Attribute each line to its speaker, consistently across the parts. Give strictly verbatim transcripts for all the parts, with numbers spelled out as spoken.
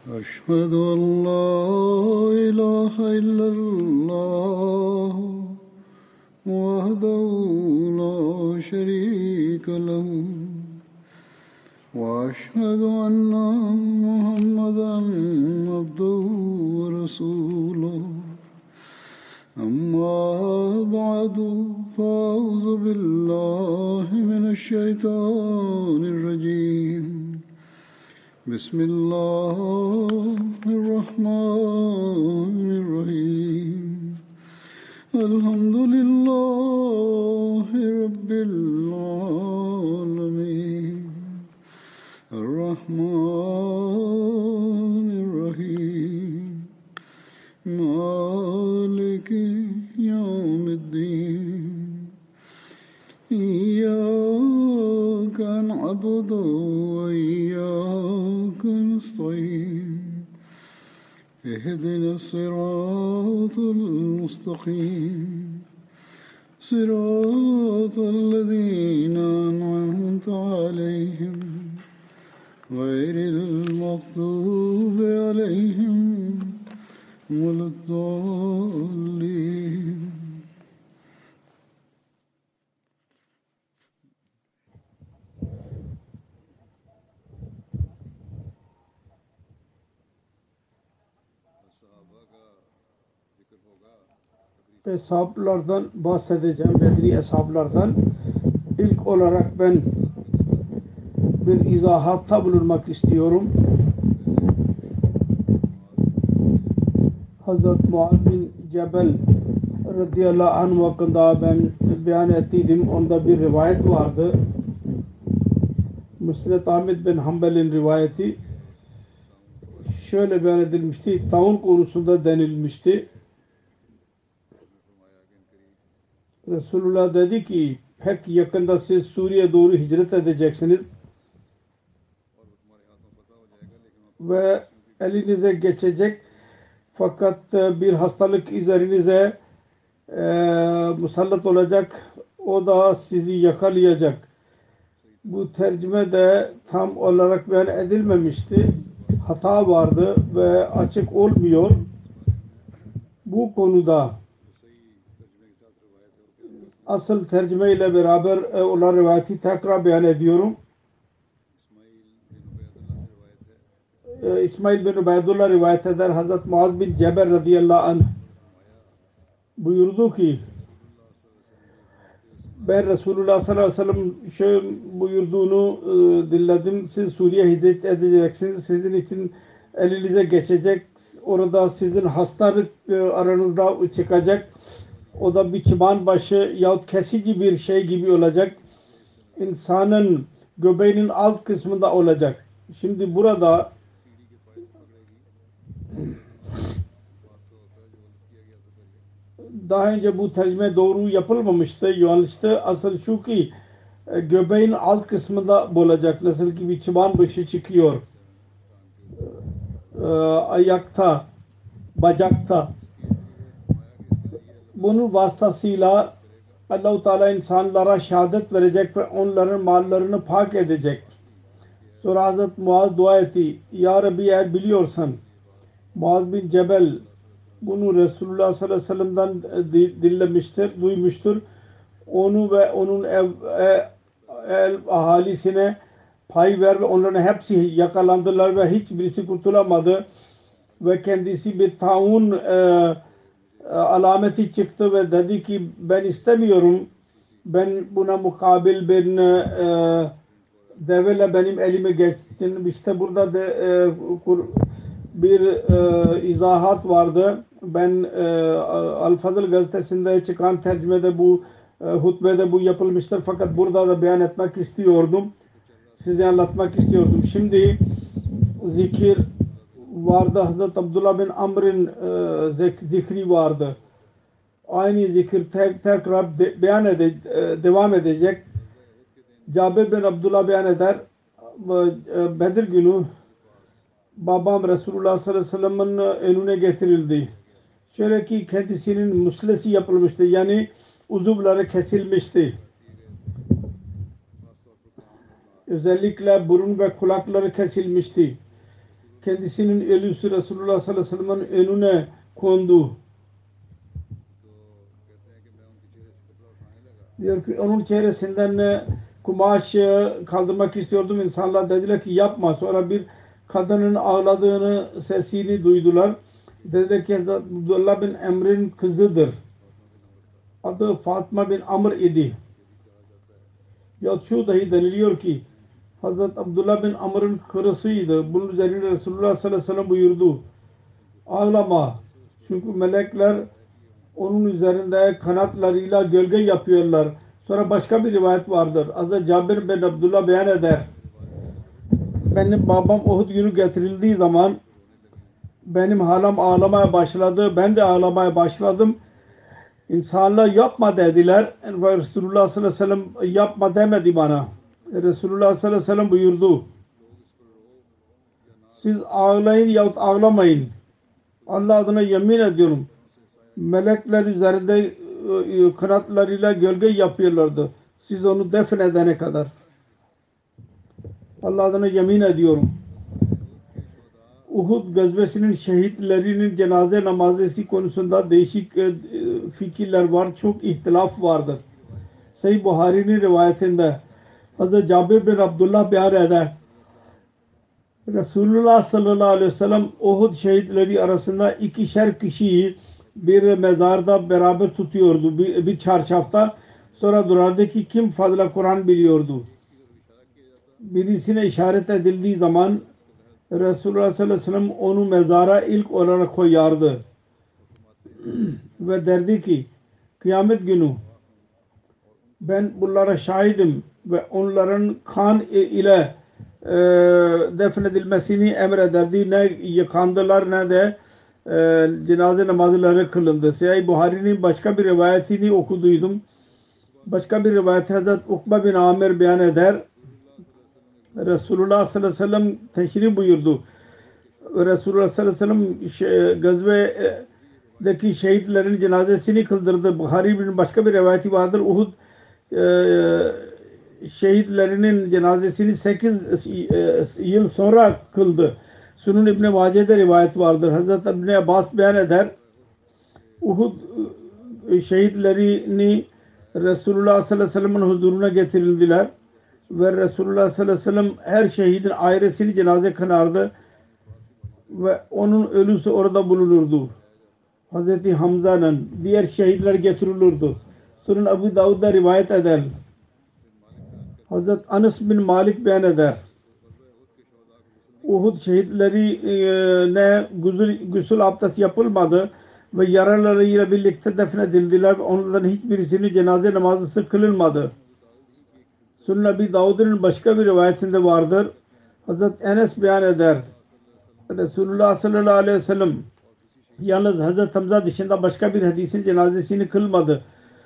Speaker 1: أشهد أن لا إله إلا الله وحده لا شريك له وأشهد أن محمدا عبده ورسوله أما بعد فأعوذ بالله من الشيطان الرجيم بسم الله الرحمن الرحيم الحمد لله رب العالمين الرحمن الرحيم مالك يوم الدين إياك نعبد وإياك نستعين اهدنا الصراط المستقيم صراط الذين أنعمت عليهم غير المغضوب عليهم ولا الضالين.
Speaker 2: Eshablardan bahsedeceğim, Bedri eshablardan. İlk olarak ben bir izahatta bulunmak istiyorum. Hazreti Muaz bin Cebel radıyallahu anh hakkında ben beyan ettiydim. Onda bir rivayet vardı. Müsned Ahmed bin Hanbel'in rivayeti şöyle beyan edilmişti. Taun konusunda denilmişti. Resulullah dedi ki pek yakında siz Suriye doğru hicret edeceksiniz ve elinize geçecek fakat bir hastalık üzerinize e, musallat olacak, o da sizi yakalayacak. Bu tercüme de tam olarak beyan edilmemişti, hata vardı ve açık olmuyor bu konuda. Asıl tercüme ile beraber e, olan rivayeti tekrar beyan ediyorum. E, İsmail bin Ubeydullah rivayet eder. Hazreti Muaz bin Cebel radıyallahu anh buyurdu ki ben Resulullah sallallahu aleyhi ve sellem şöyle buyurduğunu e, dinledim. Siz Suriye hicret edeceksiniz. Sizin için elinize geçecek. Orada sizin hastalık e, aranızda çıkacak. O da bir çıban başı yahut kesici bir şey gibi olacak. İnsanın göbeğinin alt kısmında olacak. Şimdi burada daha önce bu tercüme doğru yapılmamıştı, yanlıştı. Asıl şu ki göbeğin alt kısmında olacak. Nasıl ki bir çıban başı çıkıyor. Ayakta, bacakta. Bunun vasıtasıyla Allah-u Teala insanlara şehadet verecek ve onların mallarını pak edecek. Sonra Hazreti Muaz dua etti. Ya Rabbi eğer biliyorsan Muaz bin Cebel bunu Resulullah sallallahu aleyhi ve sellem'den dinlemiştir, duymuştur. Onu ve onun ev, ev, ev ahalisine pay ver ve onların hepsi yakalandılar ve hiçbirisi kurtulamadı. Ve kendisi bir taun e, alameti çıktı ve dedi ki ben istemiyorum, ben buna mukabil bir e, deveyle benim elime geçtin. İşte burada de, e, bir e, izahat vardı. Ben e, Al-Fazıl gazetesinde çıkan tercümede bu e, hutbede bu yapılmıştır fakat burada da beyan etmek istiyordum, size anlatmak istiyordum. Şimdi zikir vardı. Hazreti Abdullah bin Amr'ın e, zikri vardı. Aynı zikir tek, tekrar de, beyan ede, e, devam edecek. Cabir bin Abdullah beyan eder. E, Bedir günü babam Resulullah sallallahu aleyhi ve sellem'in önüne getirildi. Şöyle ki kendisinin muslesi yapılmıştı. Yani uzuvları kesilmişti. Özellikle burun ve kulakları kesilmişti. kendisinin ölüsü Resulullah sallallahu aleyhi ve sellem'in önüne kondu. Diyor ki onun çehresinden kumaş kaldırmak istiyordum. İnsanlar dediler ki yapma. Sonra bir kadının ağladığını, sesini duydular. Dediler ki Abdullah bin Amr'in kızıdır. Adı Fatma bin Amr idi. Ya şu dahi deniliyor ki Hazreti Abdullah bin Amr'ın karısıydı. Bunun üzerine Resulullah sallallahu aleyhi ve sellem buyurdu. Ağlama. Çünkü melekler onun üzerinde kanatlarıyla gölge yapıyorlar. Sonra başka bir rivayet vardır. Hazreti Cabir bin Abdullah beyan eder. Benim babam Uhud günü getirildiği zaman benim halam ağlamaya başladı. Ben de ağlamaya başladım. İnsanlar yapma dediler. Ve Resulullah sallallahu aleyhi ve sellem yapma demedi bana. Resulullah sallallahu aleyhi ve sellem buyurdu. Siz ağlayın yahut ağlamayın. Allah adına yemin ediyorum. Melekler üzerinde kanatlarıyla gölge yapıyorlardı. Siz onu defn edene kadar. Allah adına yemin ediyorum. Uhud gazvesinin şehitlerinin cenaze namazı konusunda değişik fikirler var. Çok ihtilaf vardır. Sahih Buhari'nin rivayetinde Hazreti Cabir bin Abdullah beyan eder. Resulullah sallallahu aleyhi ve sellem Uhud şehitleri arasında ikişer kişiyi bir mezarda beraber tutuyordu. Bir, bir çarşafta. Sonra durardı ki kim fazla Kur'an biliyordu. Birisine işaret edildiği zaman Resulullah sallallahu aleyhi ve sellem onu mezara ilk olarak koyardı. Ve derdi ki kıyamet günü ben bunlara şahidim ve onların kan ile e, defnedilmesini emrederdi. Ne yıkandılar ne de e, cenaze namazları kılındı. Sahih Buhari'nin başka bir rivayetini okuduydum. Başka bir rivayet Hazreti Ukba bin Amir beyan eder. Resulullah sallallahu aleyhi ve sellem teşrif buyurdu. Resulullah sallallahu aleyhi ve sellem gazvedeki şehitlerin cenazesini kıldırdı. Buhari'nin başka bir rivayeti vardır. Uhud e, şehitlerinin cenazesini sekiz yıl sonra kıldı. Sunun İbn-i Mace'de rivayet vardır. Hazreti İbn Abbas beyan eder. Uhud şehitlerini Resulullah sallallahu aleyhi ve sellem'in huzuruna getirildiler. Ve Resulullah sallallahu aleyhi ve sellem her şehidin ailesini cenaze kınardı. Ve onun ölüsü orada bulunurdu. Hazreti Hamza'nın diğer şehitler getirilirdi. Sunan Ebu Davud'da rivayet eder. Hazreti Anas bin Malik beyan eder. Uhud şehitlerine gusül, gusül abdest yapılmadı ve yaralarıyla birlikte defnedildiler ve onların hiçbirisinin cenaze namazı kılınmadı. Sunan Ebu Davud'un başka bir rivayetinde vardır. Hazreti Enes beyan eder. Resulullah sallallahu aleyhi ve sellem yalnız Hazreti Hamza dışında başka bir hadisin cenazesini kılmadı.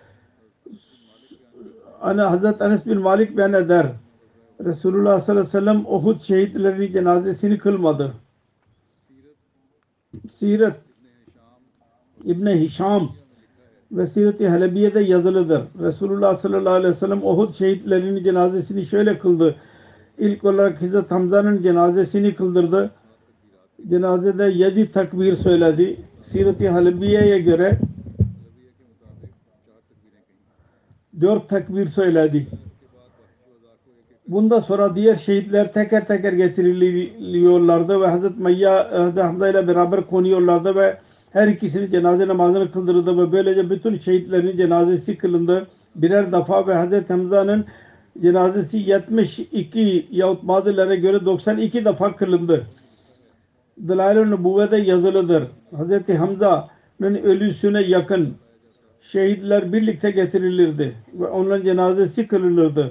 Speaker 2: Ana Hazreti Enes bin Malik beyan eder. Resulullah sallallahu aleyhi ve sellem Uhud şehitlerinin cenazesini kılmadı. Siret İbn-i Hişam ve Siret-i Halebiye'de yazılıdır. Resulullah sallallahu aleyhi ve sellem Uhud şehitlerinin cenazesini şöyle kıldı. İlk olarak Hazreti Hamza'nın cenazesini kıldırdı. Cenazede yedi takbir söyledi. Siret-i Halebiye'ye göre dört takbir söyledi. Bundan sonra diğer şehitler teker teker getiriliyorlardı ve Hazreti Mayya Hazreti Hamza ile beraber konuyorlardı ve her ikisinin cenaze namazını kıldırdı ve böylece bütün şehitlerin cenazesi kılındı birer defa ve Hazreti Hamza'nın cenazesi yetmiş iki yahut bazılarına göre doksan iki defa kılındı. Delail-i Nübüvve'de yazılıdır. Hazreti Hamza'nın ölüsüne yakın şehitler birlikte getirilirdi ve onların cenazesi kılınırdı.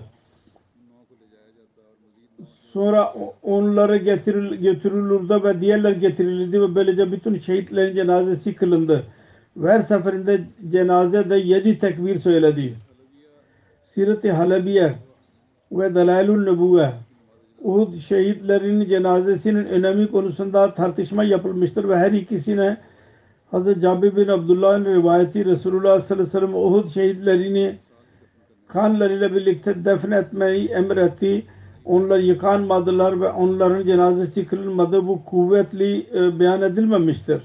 Speaker 2: Sonra onları getiril, getirilirdi ve diğerler getirilirdi ve böylece bütün şehitlerin cenazesi kılındı. Ve her seferinde cenazede yedi tekbir söyledi. Siret-i Halebiye ve Delail-i Nübüvve Uhud şehitlerinin cenazesinin önemi konusunda tartışma yapılmıştır ve her ikisine Hazreti Cabir bin Abdullah'ın rivayeti Resulullah sallallahu aleyhi ve sellem Uhud şehitlerini kanlarıyla birlikte defnetmeyi emretti onlar yıkanmadılar ve onların cenazesi kılınmadı. Bu kuvvetli e, beyan edilmemiştir.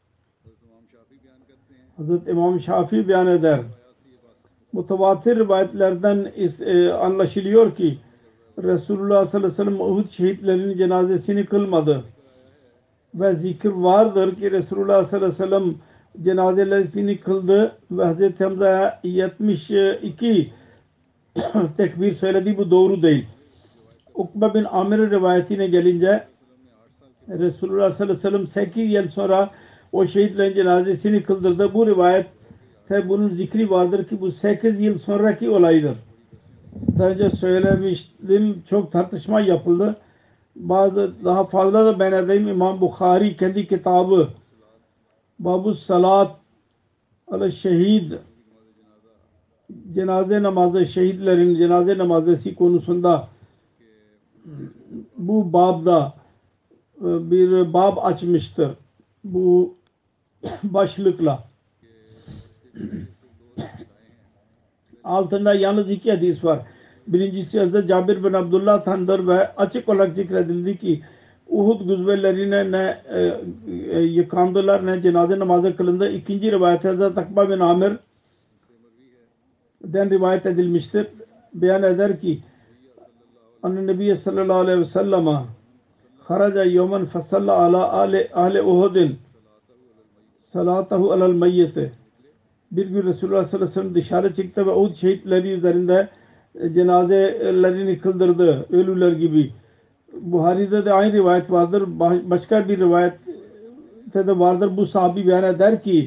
Speaker 2: Hazreti İmam Şafii beyan eder. Mutavatir rivayetlerden is, e, anlaşılıyor ki Resulullah sallallahu aleyhi ve sellem Uhud şehitlerinin cenazesini kılmadı. Ve zikir vardır ki Resulullah sallallahu aleyhi ve sellem cenazelerini kıldı ve Hazreti Hamza'ya yetmiş iki tekbir söyledi. Bu doğru değil. Ukbe bin Amir'in rivayetine gelince Resulullah sallallahu aleyhi ve sellem sekiz yıl sonra o şehitlerin cenazesini kıldırdı. Bu rivayette bunun zikri vardır ki bu sekiz yıl sonraki olaydır. Daha önce söylemiştim, çok tartışma yapıldı. Bazı daha fazla da ben edeyim. İmam Bukhari kendi kitabı Babu Salat ala Şehid, cenaze namazı, şehitlerin cenaze namazı konusunda bu babda bir bab açmıştır. Bu başlıkla. Altında yalnız iki hadis var. Birincisi Hazreti Cabir bin Abdullah'tandır ve açık olarak zikredildi ki Uhud güzvelerine ne e, e, yıkandılar ne cenaze namazı kılındı. İkinci rivayet Hazreti Akba bin Amir den rivayet edilmiştir. Beyan eder ki Anne Nebi sallallahu aleyhi ve sellem kharaca yevmen fasalla ala ahli Uhudin salatahu alel meyyete. Bir gün Resulullah sallallahu aleyhi ve sellem dışarı çıktı ve Uhud şehitleri üzerinde cenazelerini kıldırdı. Ölüler gibi. Buhari'de de aynı rivayet vardır. Başka bir rivayette de vardır. Bu sahabi beyan eder ki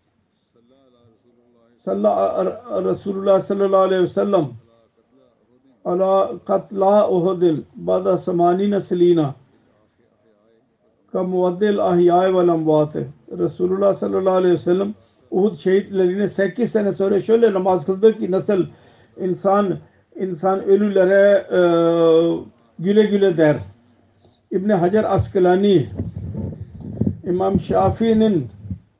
Speaker 2: Resulullah sallallahu aleyhi ve sellem ala katla Uhudil bada samanina silina ka muaddil ahyai vel amvate. Resulullah sallallahu aleyhi ve sellem Uhud şehitlerine sekiz sene sonra şöyle namaz kıldı ki nasıl insan insan ölülere e, güle güle der. İbn Hacer Askalani İmam Şafii'nin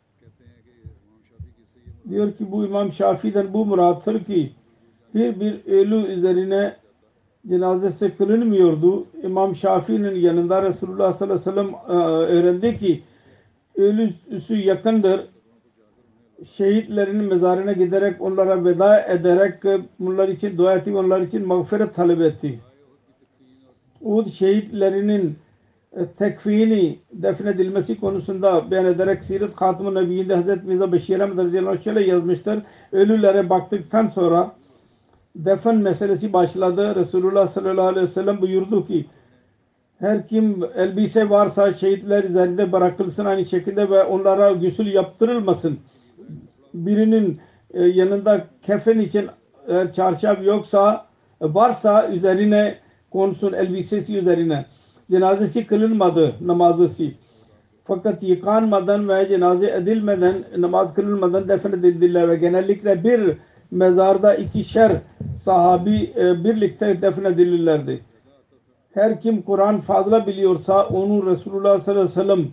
Speaker 2: diyor ki bu İmam Şafii'den bu murattır ki bir bir ölü üzerine cenazesi kılınmıyordu. İmam Şafii'nin yanında Resulullah sallallahu aleyhi ve sellem e, öğrendi ki ölüsü yakındır. Şehitlerin mezarına giderek onlara veda ederek onlar için dua etti, onlar için mağfiret talep etti. Uhud şehitlerinin tekfini defnedilmesi konusunda beyan ederek Siret Hatim-i Nebiyyinde Hazreti Mirza Beşir Ahmed radıyallahu anh şöyle yazmıştır. Ölülere baktıktan sonra defn meselesi başladı. Resulullah sallallahu aleyhi ve sellem buyurdu ki her kim elbise varsa şehitler üzerinde bırakılsın aynı şekilde ve onlara gusül yaptırılmasın. Birinin yanında kefen için çarşaf yoksa varsa üzerine konsun, elbisesi üzerine. Cenazesi kılınmadı namazısı. Fakat yıkanmadan ve cenaze edilmeden, namaz kılınmadan defnedildiler ve genellikle bir mezarda ikişer sahabi birlikte defnedilirlerdi. Her kim Kur'an fazla biliyorsa onu Resulullah sallallahu aleyhi ve sellem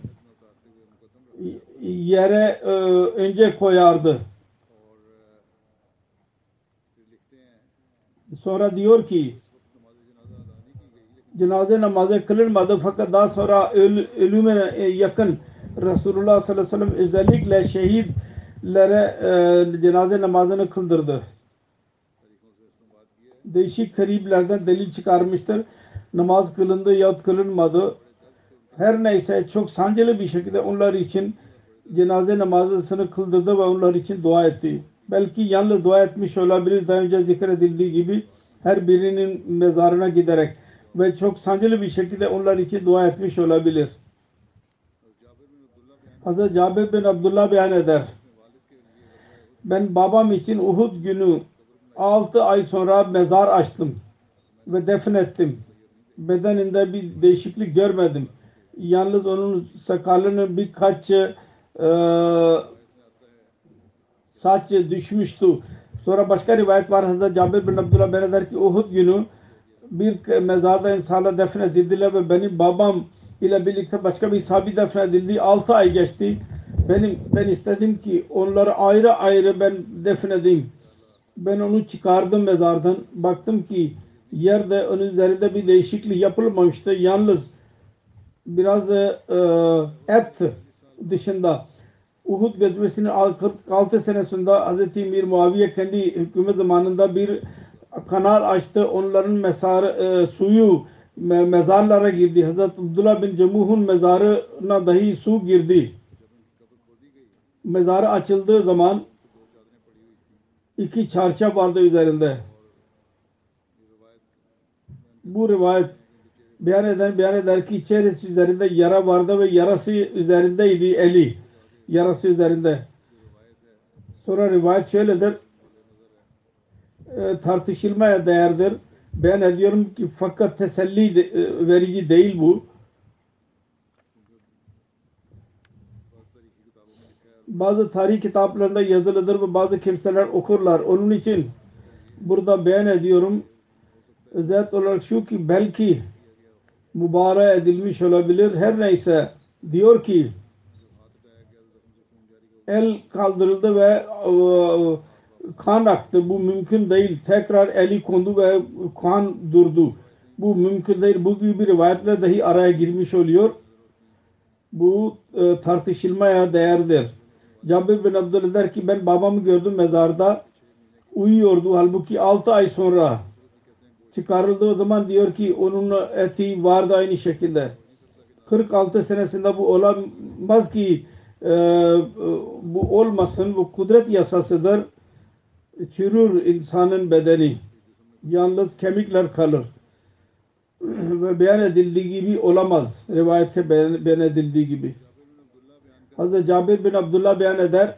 Speaker 2: yere e, önce koyardı. Sonra diyor ki cenaze namazı kılınmadı fakat daha sonra öl, ölüme yakın Resulullah sallallahu aleyhi ve sellem özellikle şehitlere e, cenaze namazını kıldırdı. Değişik gariplerden delil çıkarmıştır. Namaz kılındı yahut kılınmadı. Her neyse çok sancılı bir şekilde onlar için cenaze namazını kıldırdı ve onlar için dua etti. Belki yalnız dua etmiş olabilir. Daha önce zikredildiği gibi her birinin mezarına giderek ve çok sancılı bir şekilde onlar için dua etmiş olabilir. Hazreti Cabir bin Abdullah beyan eder. Ben babam için Uhud günü altı ay sonra mezar açtım ve defnettim. Bedeninde bir değişiklik görmedim. Yalnız onun sakalının birkaç e, saç düşmüştü. Sonra başka rivayet var. Hazreti Cabir bin Abdullah beyan eder ki Uhud günü bir mezarda insanlar defnedildiler ve benim babam ile birlikte başka bir sahabi defnedildi. altı ay geçti. Benim, ben istedim ki onları ayrı ayrı ben defnedeyim. Ben onu çıkardım mezardan. Baktım ki Yerde onun üzerinde bir değişiklik yapılmamıştı. Yalnız biraz e, et dışında. Uhud gazvesinin kırk altı senesinde Hz. Mir Muaviye kendi hükümet zamanında bir kanal açtı. Onların mezarı, e, suyu me mezarlara girdi. Hz. Abdullah bin Cemuh'un mezarına dahi su girdi. Mezarı açıldığı zaman iki çarşaf vardı üzerinde. Bu rivayet beyan eden beyan eder ki çehresi üzerinde yara vardı ve yarası üzerindeydi, eli yarası üzerinde. Sonra rivayet şöyledir, e, tartışılmaya değerdir. Ben ediyorum ki fakat teselli de, e, verici değil bu. Bazı tarih kitaplarında yazılıdır ve bazı kimseler okurlar. Onun için burada beyan ediyorum. Özet olarak şu ki belki mübarek edilmiş olabilir. Her neyse diyor ki el kaldırıldı ve e, kan aktı. Bu mümkün değil. Tekrar eli kondu ve kan durdu. Bu mümkün değil. Bu gibi rivayetler dahi araya girmiş oluyor. Bu e, tartışılmaya değerdir. Cabir bin Abdullah der ki ben babamı gördüm mezarda uyuyordu. Halbuki altı ay sonra çıkarıldığı zaman diyor ki onun eti vardı aynı şekilde. kırk altı senesinde bu olamaz ki e, bu olmasın. Bu kudret yasasıdır. Çürür insanın bedeni. Yalnız kemikler kalır. Ve beyan edildiği gibi olamaz. Rivayette beyan, beyan edildiği gibi. Hazreti Cabir bin Abdullah beyan eder.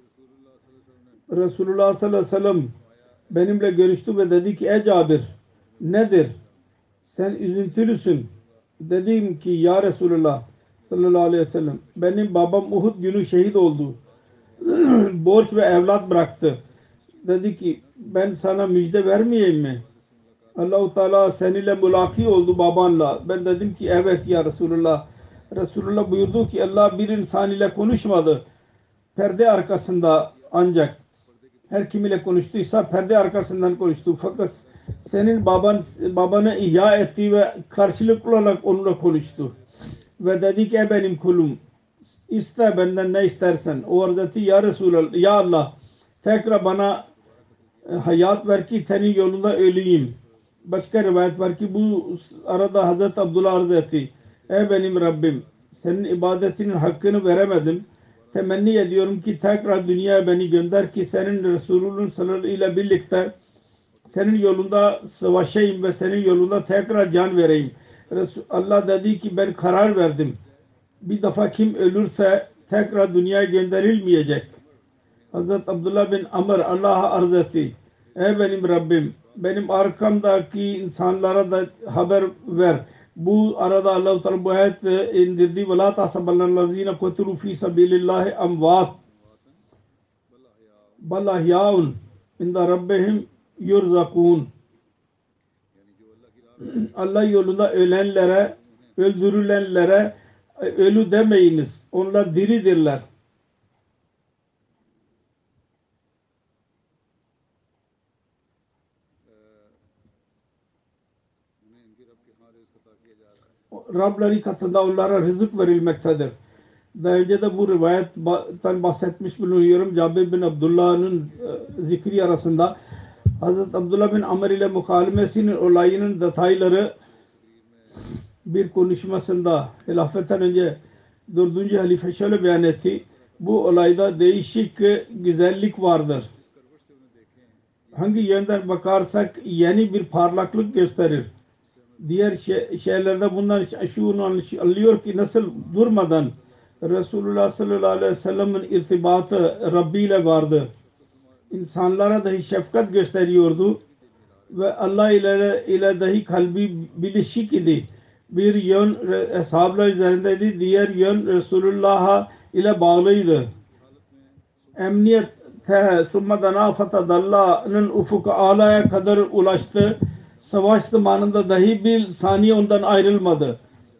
Speaker 2: Resulullah sallallahu aleyhi ve sellem benimle görüştü ve dedi ki ey Cabir nedir? Sen üzüntülüsün. Dedim ki ya Resulullah sallallahu aleyhi ve sellem benim babam Uhud günü şehit oldu. Borç ve evlat bıraktı. Dedi ki ben sana müjde vermeyeyim mi? Allah-u Teala seninle mülaki oldu babanla. Ben dedim ki evet ya Resulullah. Resulullah buyurdu ki Allah bir insan ile konuşmadı. Perde arkasında ancak her kim ile konuştuysa perde arkasından konuştu. Fakat senin baban babanı ihya etti ve karşılıklı olarak onunla konuştu. Ve dedi ki ey benim kulum iste benden ne istersen. O arz ya Resulallah ya Allah tekrar bana hayat ver ki senin yolunda öleyim. Başka rivayet var ki bu arada Hazreti Abdullah arz etti. Ey benim Rabbim senin ibadetinin hakkını veremedim. Temenni ediyorum ki tekrar dünyaya beni gönder ki senin Resulünün sallallahu ile birlikte senin yolunda savaşayım ve senin yolunda tekrar can vereyim. Allah dedi ki ben karar verdim. Bir defa kim ölürse tekrar dünyaya gönderilmeyecek. Hazreti Abdullah bin Amr Allah'a arz etti. Ey benim Rabbim benim arkamdaki insanlara da haber ver. Bu arada Allah-u Teala bu ayet indirdi. وَلَا تَحْسَبَنَّ الَّذ۪ينَ قُتِلُوا ف۪ي سَب۪يلِ اللّٰهِ اَمْوَاتٍ بَلْ اَحْيَاءٌ عِنْدَ رَبِّهِمْ يُرْزَقُونَ Allah yolunda ölenlere, öldürülenlere ölü demeyiniz. Onlar diridirler. Rableri katında onlara rızık verilmektedir. Daha önce de bu rivayetten bahsetmiş bulunuyorum. Cabir bin Abdullah'ın zikri arasında Hazreti Abdullah bin Amr ile mukalemesinin olayının detayları bir konuşmasında hilafetten önce dördüncü halife şöyle beyan etti. Bu olayda değişik güzellik vardır. Hangi yönden bakarsak yeni bir parlaklık gösterir. Diğer şey, şeylerde bundan şunu anlıyor ki nasıl durmadan Resulullah sallallahu aleyhi ve sellem'in irtibatı Rabbi ile vardı. İnsanlara dahi şefkat gösteriyordu ve Allah ile, ile dahi kalbi bilişik idi. Bir yön ashablar üzerindeydi, diğer yön Resulullah ile bağlıydı. Emniyet summa dana fatadallah'ın ufuk alaya kadar ulaştı. Savaş zamanında dahi bir saniye ondan ayrılmadı.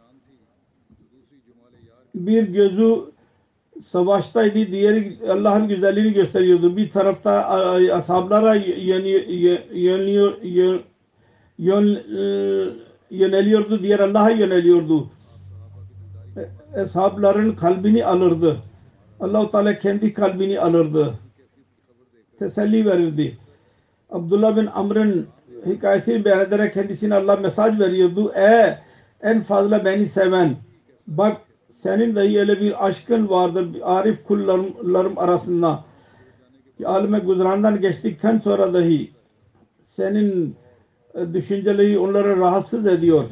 Speaker 2: Bir gözü savaştaydı, diğeri Allah'ın güzelliğini gösteriyordu. Bir tarafta ashablara yönlüyor, yön, e, yöneliyordu, diğer Allah'a yöneliyordu. E, Eshabların kalbini alırdı. Allah-u Teala kendi kalbini alırdı. Teselli verirdi. Abdullah bin Amr'ın hikayesini beyan ederek kendisine Allah mesaj veriyordu. E en fazla beni seven, bak senin dahi öyle bir aşkın vardır arif kullarım arasında ki alime güzrandan geçtikten sonra dahi senin düşünceleri onları rahatsız ediyor.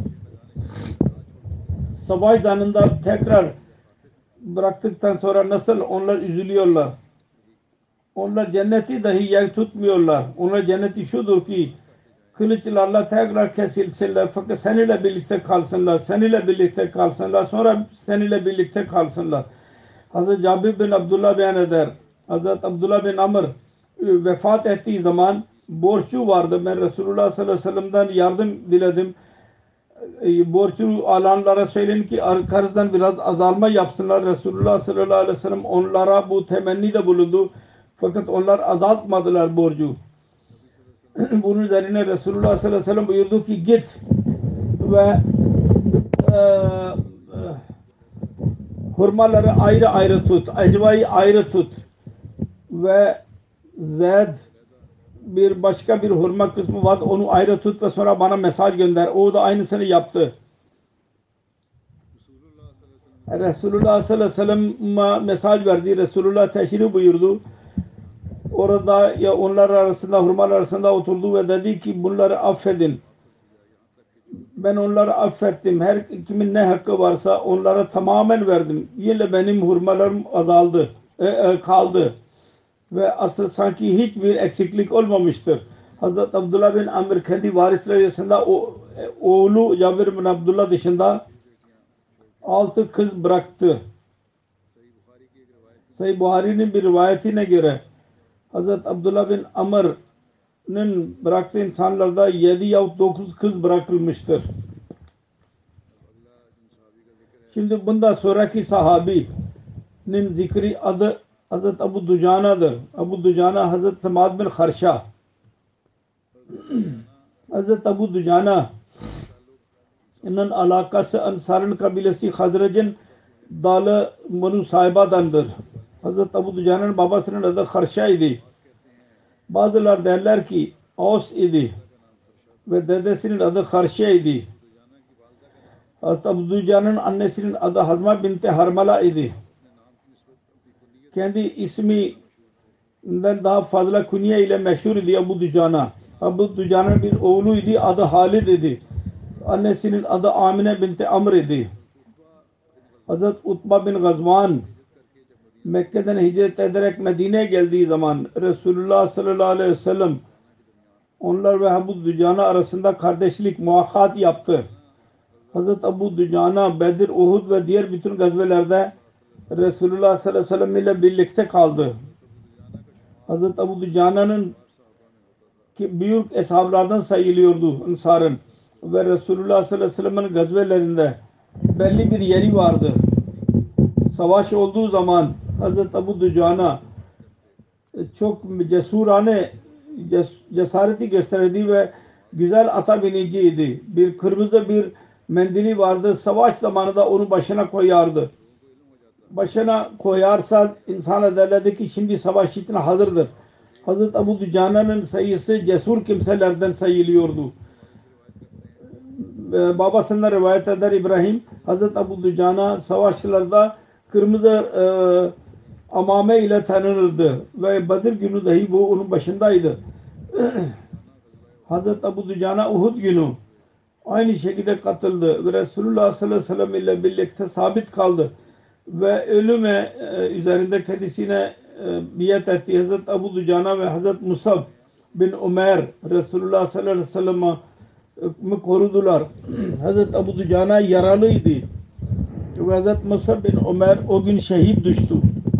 Speaker 2: Savaş anında tekrar bıraktıktan sonra nasıl onlar üzülüyorlar. Onlar cenneti dahi yer tutmuyorlar. Onlar cenneti şudur ki kılıçlarla tekrar kesilsinler fakat seninle birlikte kalsınlar. Seninle birlikte kalsınlar. Sonra seninle birlikte kalsınlar. Hazreti Cabir bin Abdullah beyan eder. Hazreti Abdullah bin Amr vefat ettiği zaman borcu vardı. Ben Resulullah sallallahu aleyhi ve sellem'den yardım diledim. Borcu alanlara söyleyin ki arkanızdan biraz azalma yapsınlar. Resulullah sallallahu aleyhi ve sellem onlara bu temenni de bulundu. Fakat onlar azaltmadılar borcu. Bunun üzerine Resulullah sallallahu aleyhi ve sellem buyurdu ki git ve e, e, hurmaları ayrı ayrı tut. Acvayı ayrı tut. Ve Zeyd bir başka bir hurma kısmı var. Onu ayrı tut ve sonra bana mesaj gönder. O da aynısını yaptı. Resulullah sallallahu aleyhi ve sellem'e mesaj verdi. Resulullah teşrif buyurdu. Orada ya onlar arasında hurmalar arasında oturdu ve dedi ki bunları affedin. Ben onları affettim. Her kimin ne hakkı varsa onlara tamamen verdim. Yine benim hurmalarım azaldı, e, e, kaldı. Ve aslında sanki hiçbir eksiklik olmamıştır. Hazreti Abdullah bin Amr kendi varisleri arasında o, e, oğlu Cabir bin Abdullah dışında altı kız bıraktı. Sahih Buhari'nin bir rivayetine göre Hazreti Abdullah bin Amr'ın bıraktığı insanlarda yedi ya dokuz kız bırakılmıştır. Şimdi bundan sonraki sahabinin zikri adı Hazreti Abu Ducana'dır. Abu Ducana Hazreti Samad bin Kharşa. Hazreti Abu Ducana'nın alakası Ansar'ın kabilesi Hazrac'ın dalı Banu Sahiba'dandır. Hazreti Abu Ducana'nın babasının adı Kharşa idi. Bazılar derler ki Aus idi ve dedesinin adı Kharşa idi. Hazreti Abu Ducana'nın annesinin adı Hazma binti Harmala idi. Kendi isminden daha fazla künye ile meşhur idi Abu Ducana. Abu Ducana'nın bir oğluydu, adı Halid idi. Annesinin adı Amine binti Amr idi. Hazreti Utba bin Gazvan Mekke'den hicret ederek Medine'ye geldiği zaman Resulullah sallallahu aleyhi ve sellem onlar ve Abu Ducana arasında kardeşlik muakkat yaptı. Hazreti Abu Ducana Bedir, Uhud ve diğer bütün gazvelerde Resulullah sallallahu aleyhi ve sellem ile birlikte kaldı. Hazreti Abu Ducana'nın ki büyük eshablardan sayılıyordu Ansar'ın ve Resulullah sallallahu aleyhi ve sellem'in gazvelerinde belli bir yeri vardı. Savaş olduğu zaman Hazreti Abu Ducana çok cesurane cesareti gösterdi ve güzel ata biniciydi. Bir kırmızı bir mendili vardı. Savaş zamanında onu başına koyardı. Başına koyarsa insan derlerdi ki şimdi savaş için hazırdır. Hazreti Abu Ducana'nın sayısı cesur kimselerden sayılıyordu. Babasından rivayet eder İbrahim, Hazreti Abu Ducana savaşlarda kırmızı e, amame ile tanınırdı ve Bedir günü dahi bu onun başındaydı. Hazreti Abu Ducana Uhud günü aynı şekilde katıldı ve Resulullah sallallahu aleyhi ve sellem ile birlikte sabit kaldı ve ölüme e, üzerinde kendisine e, biat etti. Hazreti Abu Ducana ve Hazreti Musab bin Umer Resulullah sallallahu aleyhi ve sellem'i korudular. Hazreti Abu Ducana yaralıydı ve Hazreti Musab bin Umer o gün şehit düştü.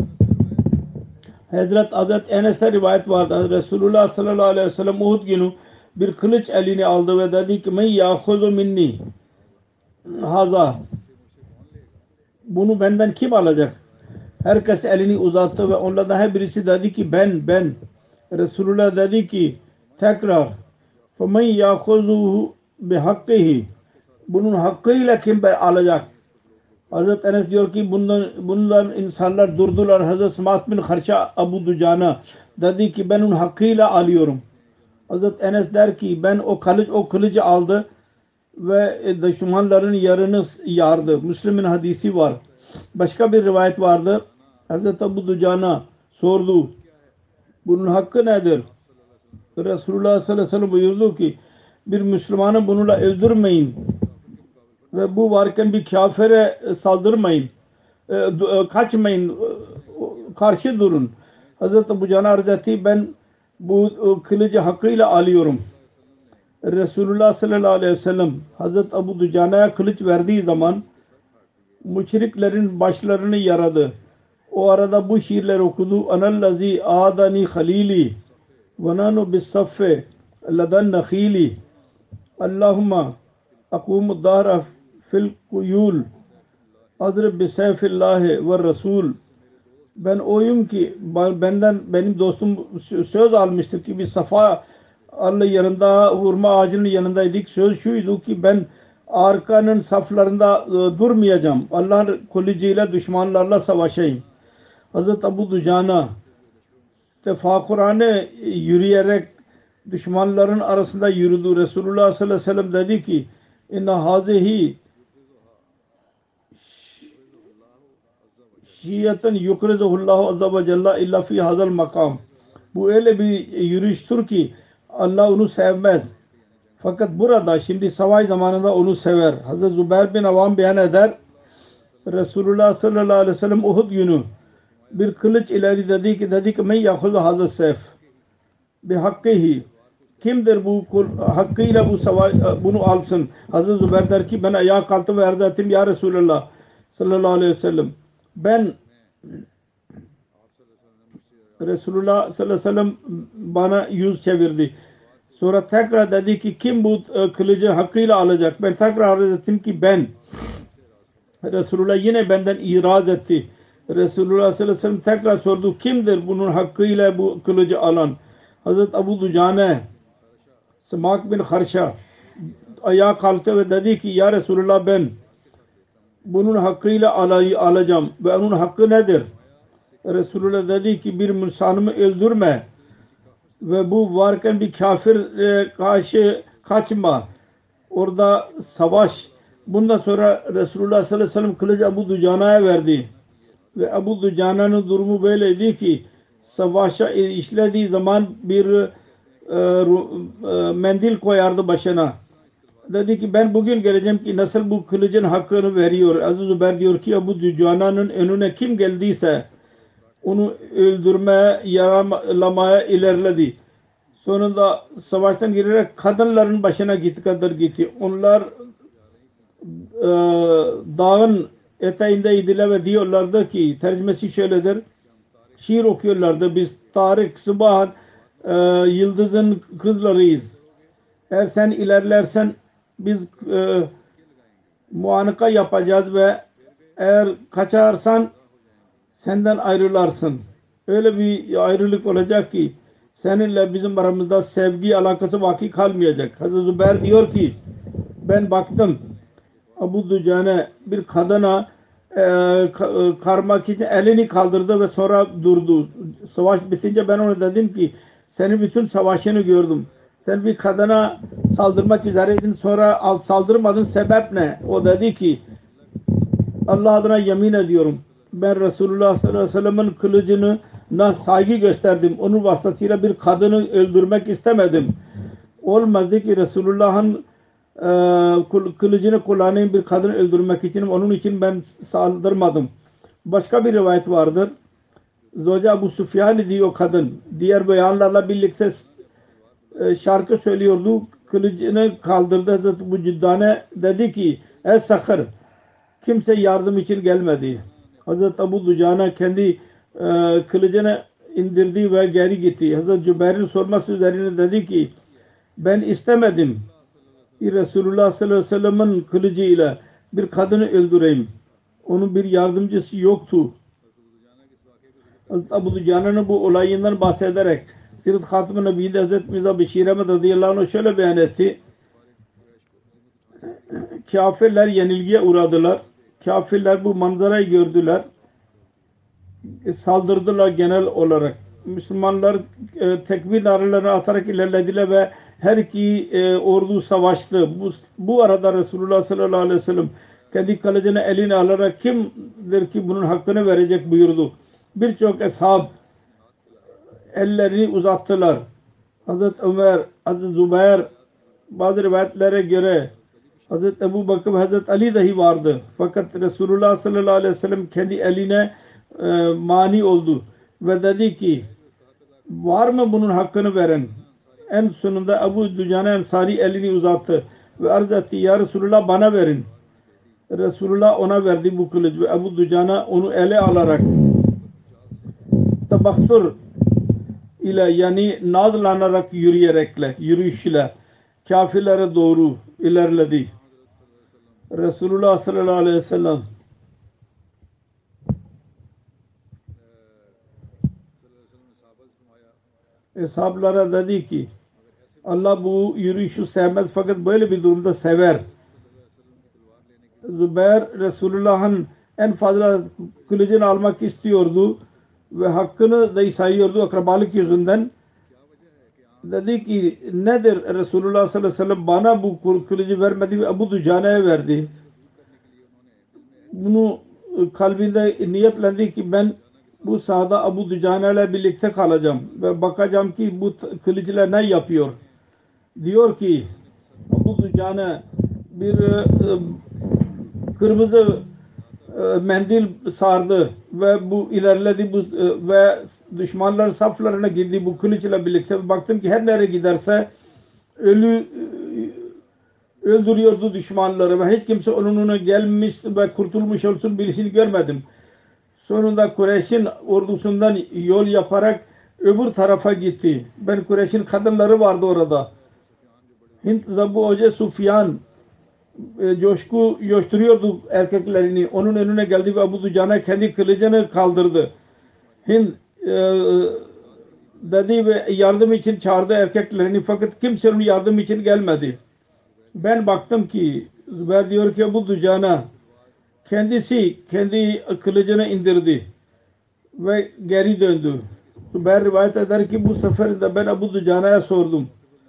Speaker 2: Hazreti Hazreti Enes'te rivayet vardı. Resulullah sallallahu aleyhi ve sellem Uhud günü bir kılıç eline aldı ve dedi ki men yâhuzu minni haza, bunu benden kim alacak? Herkes elini uzattı ve onlardan her birisi dedi ki ben ben. Resulullah dedi ki tekrar فَمَنْ يَأْخُذُهُ بِحَقِّهِ Bunun hakkıyla kim alacak? Hazreti Enes diyor ki bundan, bundan insanlar durdular. Hazreti Smat bin Harşa Abu Ducana dedi ki ben onun hakkıyla alıyorum. Hazreti Enes der ki ben o kılıç o kılıcı aldı ve düşmanların yarını yardı. Müslim'in hadisi var. Başka bir rivayet vardı. Hazreti Abu Ducana sordu. Bunun hakkı nedir? Resulullah sallallahu aleyhi ve sellem buyurdu ki bir Müslümanı bununla öldürmeyin ve bu varken bir kafire saldırmayın, kaçmayın, karşı durun. Hazreti Abu Cana arz etti ben bu kılıcı hakkıyla alıyorum. Resulullah sallallahu aleyhi ve sellem Hazreti Abu Ducana'ya kılıç verdiği zaman müşriklerin başlarını yaradı. O arada bu şiirler okudu. Anallazi adani halili ve nanu bis saffe ladan nakhili Allahumma akumu dara fil kuyul adrib bi seyfillahi ve rasul. Ben oyum ki benden benim dostum söz almıştır ki bir safa Allah yanında hurma ağacının yanındaydık. Söz şuydu ki ben arkanın saflarında durmayacağım. Allah'ın kılıcıyla düşmanlarla savaşayım. Hazreti Abu Ducana tefakurane yürüyerek düşmanların arasında yürüdü. Resulullah sallallahu aleyhi ve sellem dedi ki inna hazihi şiyeten yukrizuhullahu azze ve celle illa fi hazal makam. Bu öyle bir yürüyüştür ki Allah onu sevmez. Fakat burada şimdi savaş zamanında onu sever. Hazreti Zübeyir bin Avvam beyan eder. Resulullah sallallahu aleyhi ve sellem Uhud günü bir kılıç ileri dedi ki dedi ki men yahuzu hazır seyf bi hakkihi. Kimdir bu hakkıyla bu savaş bunu alsın? Hazreti Zübeyir der ki ben ayağa kalktım ve arz ettim ya Resulullah sallallahu aleyhi ve sellem ben Resulullah sallallahu aleyhi ve sellem bana yüz çevirdi. Sonra tekrar dedi ki kim bu kılıcı hakkıyla alacak? Ben tekrar arz ettim ki ben. Resulullah yine benden iraz etti. Resulullah sallallahu aleyhi ve sellem tekrar sordu kimdir bunun hakkıyla bu kılıcı alan? Hazreti Abu Ducane Smak bin Harşa ayağa kalktı ve dedi ki ya Resulullah ben bunun hakkıyla alacağım ve onun hakkı nedir? Resulullah dedi ki bir insanımı öldürme ve bu varken bir kafir karşı kaçma. Orada savaş. Bundan sonra Resulullah sallallahu aleyhi ve sellem kılıcı Abu Ducana'ya verdi. Ve Abu Ducana'nın durumu böyleydi ki savaşa işlediği zaman bir e, e, mendil koyardı başına. Dedi ki ben bugün geleceğim ki nasıl bu kılıcın hakkını veriyor. Aziz Zübeyir diyor ki Abu Ducana'nın önüne kim geldiyse onu öldürmeye, yaralamaya ilerledi. Sonunda savaştan girerek kadınların başına gitti kadar gitti. Onlar e, dağın eteğindeydiler ve diyorlardı ki tercümesi şöyledir. Şiir okuyorlardı. Biz Tarık Sabah'ın e, yıldızın kızlarıyız. Eğer sen ilerlersen biz e, muanaka yapacağız ve eğer kaçarsan senden ayrılarsın. Öyle bir ayrılık olacak ki seninle bizim aramızda sevgi alakası vaki kalmayacak. Hazreti Zübeyir diyor ki ben baktım Abu Ducane bir kadına e, karmak için elini kaldırdı ve sonra durdu. Savaş bitince ben ona dedim ki senin bütün savaşını gördüm. Sen bir kadına saldırmak üzereydin sonra saldırmadın sebep ne? O dedi ki Allah adına yemin ediyorum ben Resulullah sallallahu aleyhi ve sellem'in kılıcını saygı gösterdim. Onun vasıtasıyla bir kadını öldürmek istemedim. Olmazdı ki Resulullah'ın e, kılıcını kullanayım bir kadını öldürmek için. Onun için ben saldırmadım. Başka bir rivayet vardır. Zoca Abu Sufyan diyor kadın. Diğer beyanlarla birlikte e, şarkı söylüyordu. Kılıcını kaldırdı. Bu ciddane dedi ki ey sakır kimse yardım için gelmedi. Hazreti Abu Ducana kendi e, kılıcını indirdi ve geri gitti. Hazreti Cübeyr'in sorması üzerine dedi ki ben istemedim. Resulullah sallallahu aleyhi ve sellem'in kılıcıyla bir kadını öldüreyim. Onun bir yardımcısı yoktu. Hazreti Abu Ducana'nın bu olayından bahsederek Sirat Hatem-i Nebi'de Hazreti Mirza Beşir Ahmet radıyallahu anh şöyle beyan etti. Kafirler yenilgiye uğradılar. Kafirler bu manzarayı gördüler. Saldırdılar genel olarak. Müslümanlar e, tekbir naralarını atarak ilerlediler ve her iki e, ordu savaştı. Bu, bu arada Resulullah sallallahu aleyhi ve sellem kendi kılıcını eline alarak kimdir ki bunun hakkını verecek buyurdu. Birçok ashab ellerini uzattılar. Hazreti Ömer, Hazreti Zübeyir, bazı rivayetlere göre Hazreti Ebu Bakır ve Hazreti Ali dahi vardı. Fakat Resulullah sallallahu aleyhi ve sellem kendi eline e, mani oldu ve dedi ki var mı bunun hakkını veren? En sonunda Ebu Dücane Ensari elini uzattı ve arz etti, ya Resulullah bana verin. Resulullah ona verdi bu kılıç ve Ebu Dücane onu ele alarak tabaktur ile yani nazlanarak yürüyerekle, yürüyüşle kafirlere doğru ilerledi. Resulullah sallallahu aleyhi ve sellem Eshablara dedi ki Allah bu yürüyüşü sevmez fakat böyle bir durumda sever. Zübeyir Resulullah'ın en fazla kılıcını almak istiyordu ve hakkını da sayıyordu akrabalık yüzünden. Dedi ki nedir Resulullah sallallahu aleyhi ve sellem bana bu kılıcı vermedi ve Ebu Dücane'ye verdi. Bunu kalbinde niyetlendi ki ben bu sahada Ebu Dücane ile birlikte kalacağım ve bakacağım ki bu kılıcıyla ne yapıyor. Diyor ki Ebu Dücane bir e, kırmızı e, mendil sardı ve bu ilerledi bu, e, ve düşmanların saflarına girdi bu kılıçla birlikte. Baktım ki her nereye giderse ölü öldürüyordu düşmanları ve hiç kimse onun önüne gelmiş ve kurtulmuş olsun birisini görmedim. Sonunda Kureyş'in ordusundan yol yaparak öbür tarafa gitti. Ben Kureyş'in kadınları vardı orada. Hint Zabu Hoca Sufyan e, coşku coşturuyordu erkeklerini. Onun önüne geldi ve Ebu Dücane kendi kılıcını kaldırdı. Hint e, dedi ve yardım için çağırdı erkeklerini fakat kimse onun yardım için gelmedi. Ben baktım ki Zübeyir diyor ki Ebu Dücane kendisi kendi kılıcını indirdi ve geri döndü. Zübeyir rivayet eder ki bu seferinde ben Ebu Dücane'ye sordum.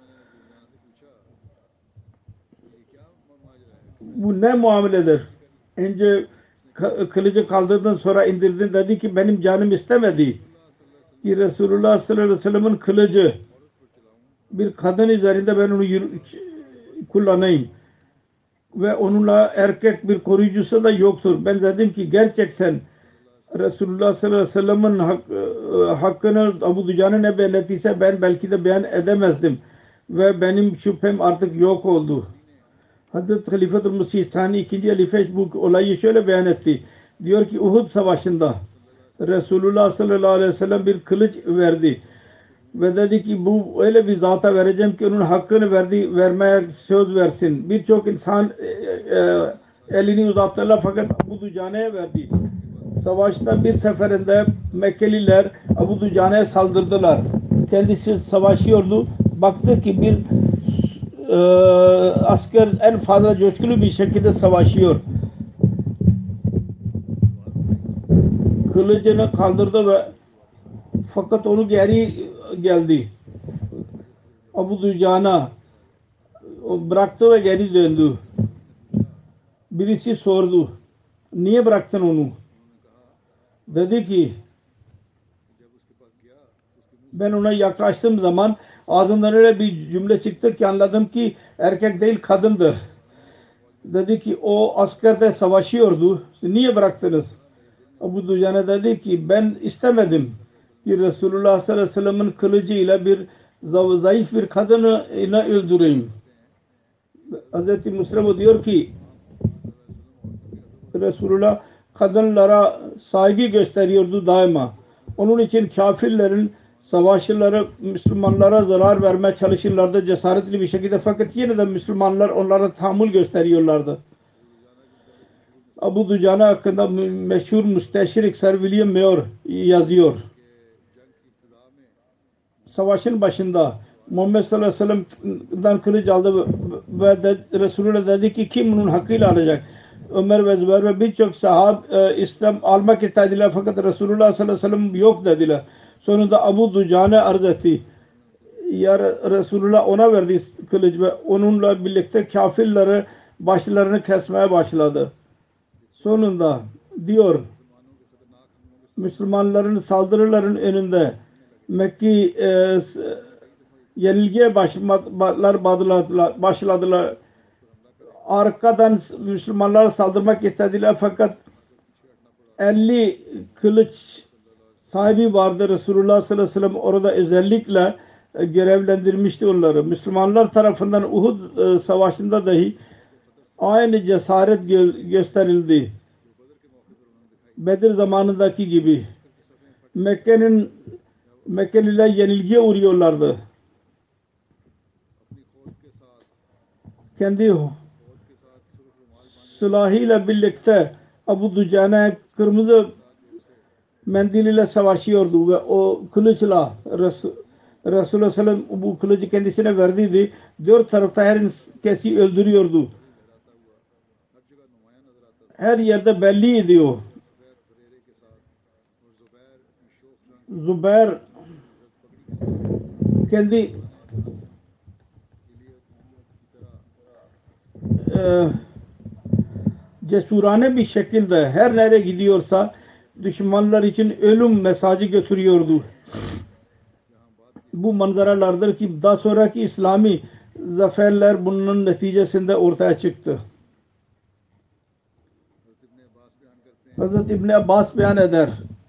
Speaker 2: Bu ne muameledir? Önce kılıcı kaldırdın sonra indirdin. Dedi ki benim canım istemedi ki Resulullah sallallahu aleyhi ve sellem'in kılıcı bir kadın üzerinde ben onu kullanayım. Ve onunla erkek bir koruyucusu da yoktur. Ben dedim ki gerçekten Resulullah sallallahu aleyhi ve sellem'in hak, hakkını Ebu Dücane ne beyan ettiyse ben belki de beyan edemezdim. Ve benim şüphem artık yok oldu. Hazreti Halifetul Mesih Sani ikinci halife bu olayı şöyle beyan etti. Diyor ki Uhud savaşında Resulullah sallallahu aleyhi ve sellem bir kılıç verdi. Ve dedi ki bu öyle bir zata vereceğim ki onun hakkını verdi, vermeye söz versin. Birçok insan e, e, elini uzattılar fakat Ebu Dücane'ye verdi. Savaşta bir seferinde Mekkeliler Ebu Dücane'ye saldırdılar. Kendisi savaşıyordu. Baktı ki bir e, asker en fazla coşkulu bir şekilde savaşıyor. Kılıcını kaldırdı ve fakat onu geri geldi. Ebu Dücane bıraktı ve geri döndü. Birisi sordu. Niye bıraktın onu? Dedi ki ben ona yaklaştığım zaman ağzından öyle bir cümle çıktı ki anladım ki erkek değil kadındır. Dedi ki o askerde savaşıyordu. Niye bıraktınız? Ebu Dücane dedi ki ben istemedim ki Resulullah sallallahu aleyhi ve sellem'in kılıcıyla bir zayıf bir kadını öldüreyim. Hazreti Müslim diyor ki Resulullah kadınlara saygı gösteriyordu daima. Onun için kafirlerin savaşçıları Müslümanlara zarar vermeye çalışırlardı cesaretli bir şekilde fakat yine de Müslümanlar onlara tahammül gösteriyorlardı. Ebu Dücane hakkında meşhur müsteşrik Sir William Muir yazıyor. savaşın başında Muhammed sallallahu aleyhi ve sellem'den kılıç aldı ve de, Resulullah dedi ki kim bunun hakkıyla alacak? Ömer ve Zübeyir ve birçok sahab e, İslam almak istediler fakat Resulullah sallallahu aleyhi ve sellem yok dediler. Sonunda Abu Ducane arz etti. Ya Resulullah ona verdi kılıç ve onunla birlikte kafirleri başlarını kesmeye başladı. Sonunda diyor Müslümanların saldırıların önünde Mekki e, yenilgiye başladılar, başladılar. Arkadan Müslümanlar saldırmak istediler fakat elli kılıç sahibi vardı. Resulullah sallallahu aleyhi ve sellem orada özellikle görevlendirmişti onları. Müslümanlar tarafından Uhud e, savaşında dahi aynı cesaret gö gösterildi. Bedir zamanındaki gibi. Mekke'nin Mekkeliler yenilgiye uğruyorlardı. Kendi silahıyla birlikte Abu Ducane kırmızı mendil ile savaşıyordu ve o kılıçla Resul Resulullah sallallahu aleyhi ve sellem bu kılıcı kendisine verdiydi. Dört tarafta herkesi öldürüyordu. Her yerde belliydi o. Zübeyir kendi e, cesurane bir şekilde her nereye gidiyorsa düşmanlar için ölüm mesajı götürüyordu. Bu manzaralardır ki daha sonraki İslami zaferler bunun neticesinde ortaya çıktı. Hazreti İbn Abbas beyan eder.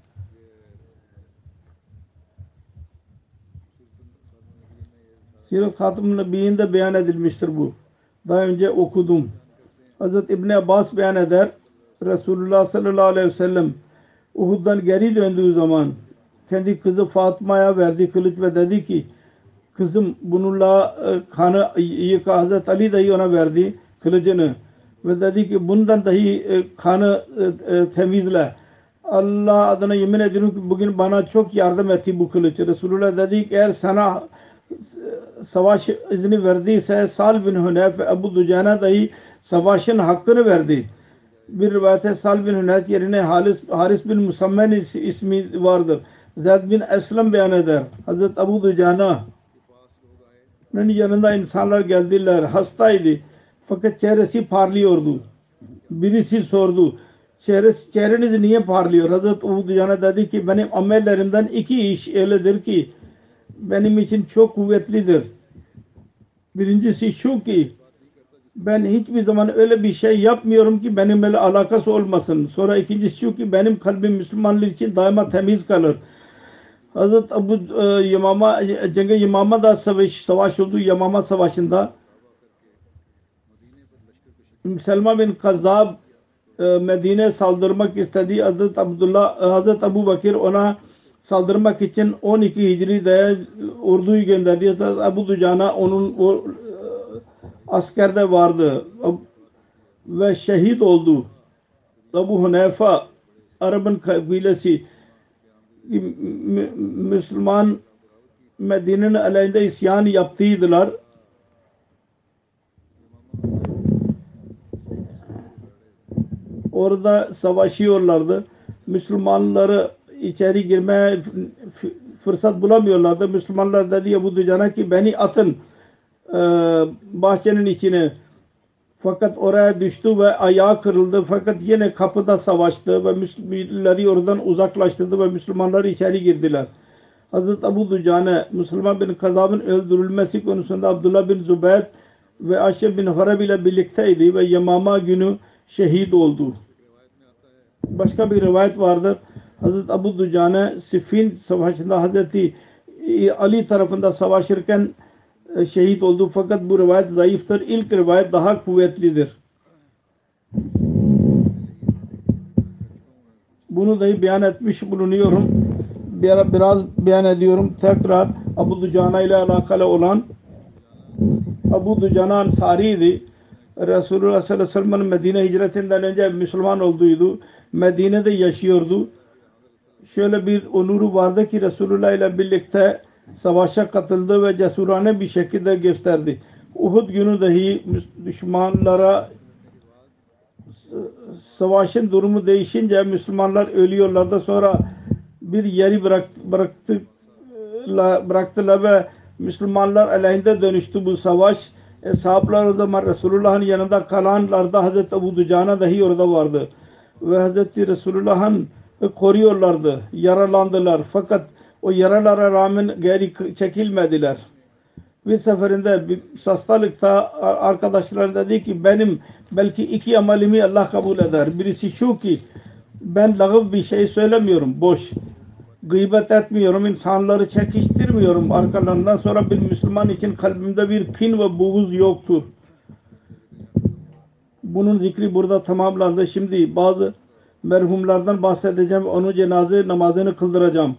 Speaker 2: Sirat Hatim Nebi'inde beyan edilmiştir bu. Daha önce okudum. Hazreti İbn Abbas beyan eder. Resulullah sallallahu aleyhi ve sellem Uhud'dan geri döndüğü zaman kendi kızı Fatma'ya verdi kılıç ve dedi ki kızım bununla kanı yıka. Hazreti Ali dahi ona verdi kılıcını ve dedi ki bundan dahi kanı temizle. Allah adına yemin ediyorum ki bugün bana çok yardım etti bu kılıç. Resulullah dedi ki eğer sana savaş izni verdiyse Sal bin Hunayf ve Abu Ducane dahi savaşın hakkını verdi. Bir rivayete Sal bin Hunayf yerine Haris, Haris bin Musammen ismi vardır. Zeyd bin Eslem beyan eder. Hazreti Abu Ducane'nin yanında insanlar geldiler. Hastaydı. Fakat çehresi parlıyordu. Birisi sordu. Çehresi, çehreniz niye parlıyor? Hazreti Abu Ducane dedi ki benim amellerimden iki iş öyledir ki benim için çok kuvvetlidir. Birincisi şu ki ben hiçbir zaman öyle bir şey yapmıyorum ki benimle alakası olmasın. Sonra ikincisi şu ki benim kalbim Müslümanlar için daima temiz kalır. Hazreti Abu e, Yamama Cengi Yamama'da savaş, savaş oldu. Yamama savaşında Selma bin Kazzab e, Medine'ye saldırmak istedi. Hazreti Abdullah Hazreti Abu Bakir ona saldırmak için on iki Hicri'de orduyu gönderdi. Abu Ducane onun o askerde vardı ve şehit oldu. Abu Hunayfa Arap'ın kabilesi Müslüman Medine'nin aleyhinde isyan yaptıydılar. Orada savaşıyorlardı. Müslümanları içeri girmeye fırsat bulamıyorlardı. Müslümanlar dedi Abu Ducane ki beni atın e, bahçenin içine. Fakat oraya düştü ve ayağı kırıldı. Fakat yine kapıda savaştı ve Müslümanları oradan uzaklaştırdı ve Müslümanlar içeri girdiler. Hazreti Abu Ducane Müslüman bin Kazzab'ın öldürülmesi konusunda Abdullah bin Zübeyir ve Aşe bin Harab ile birlikteydi ve Yamama günü şehit oldu. Başka bir rivayet vardır. Hazreti Abu Ducane Siffin savaşında Hazreti Ali tarafında savaşırken şehit oldu. Fakat bu rivayet zayıftır. İlk rivayet daha kuvvetlidir. Bunu dahi beyan etmiş bulunuyorum. Bir, biraz beyan ediyorum. Tekrar Abu Ducane ile alakalı olan Abu Ducane Ansari'ydi. Resulullah sallallahu aleyhi ve sellem'in Medine hicretinden önce Müslüman olduydu. Medine'de yaşıyordu. Şöyle bir onuru vardı ki Resulullah ile birlikte savaşa katıldı ve cesurane bir şekilde gösterdi. Uhud günü dahi düşmanlara savaşın durumu değişince Müslümanlar ölüyorlardı. Sonra bir yeri bırak, bıraktılar, bıraktılar ve Müslümanlar aleyhinde dönüştü bu savaş. Sahabeler o zaman Resulullah'ın yanında kalanlarda Hazreti Ebu Ducana dahi orada vardı. Ve Hazreti Resulullah'ın koruyorlardı. Yaralandılar. Fakat o yaralara rağmen geri çekilmediler. Bir seferinde bir hastalıkta arkadaşlar dedi ki benim belki iki amelimi Allah kabul eder. Birisi şu ki ben lağıv bir şey söylemiyorum. Boş. Gıybet etmiyorum. İnsanları çekiştirmiyorum arkalarından. Sonra bir Müslüman için kalbimde bir kin ve buğuz yoktur. Bunun zikri burada tamamlandı. Şimdi bazı merhumlardan bahsedeceğim. Onun cenaze namazını kıldıracağım.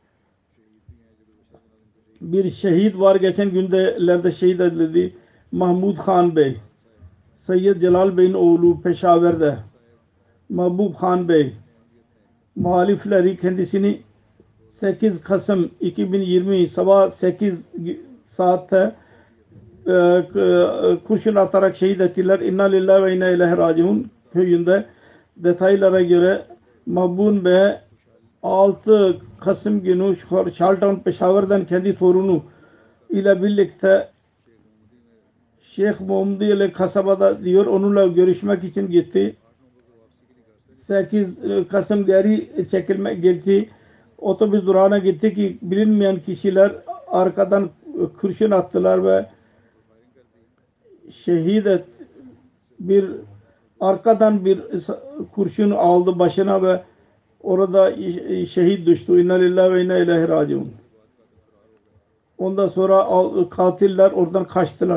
Speaker 2: Bir şehit var. Geçen günlerde şehit edildi. Mahmud Khan Bey. Seyyid Celal Bey'in oğlu Peşaver'de. Mahbub Khan Bey. Muhalifleri kendisini sekiz Kasım iki bin yirmi sabah sekiz saatte e, kurşun atarak şehit ettiler. İnna lillahi ve inna ileyhi raciun köyünde. Detaylara göre Mahbub Bey altı Kasım günü Charlton Peşaver'den kendi torunu ile birlikte Şeyh Muhammedi ile kasabada diyor onunla görüşmek için gitti. sekiz Kasım geri çekilmek gitti. Otobüs durağına gitti ki bilinmeyen kişiler arkadan kurşun attılar ve şehit et, bir arkadan bir kurşun aldı başına ve orada şehit düştü. İnna lillahi ve inna ileyhi raciun. Ondan sonra katiller oradan kaçtılar.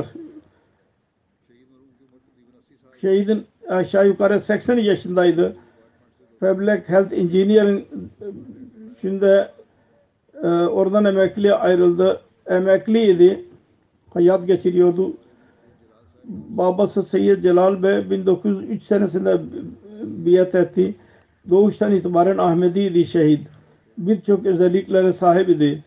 Speaker 2: Şehidin aşağı yukarı seksen yaşındaydı. Public Health Engineering şimdi e, oradan emekli ayrıldı. Emekliydi. Hayat geçiriyordu. Babası Seyyid Celal Bey bin dokuz yüz üç senesinde biat etti. Doğuştan itibaren Ahmediydi şehit. Birçok özelliklere sahip idi.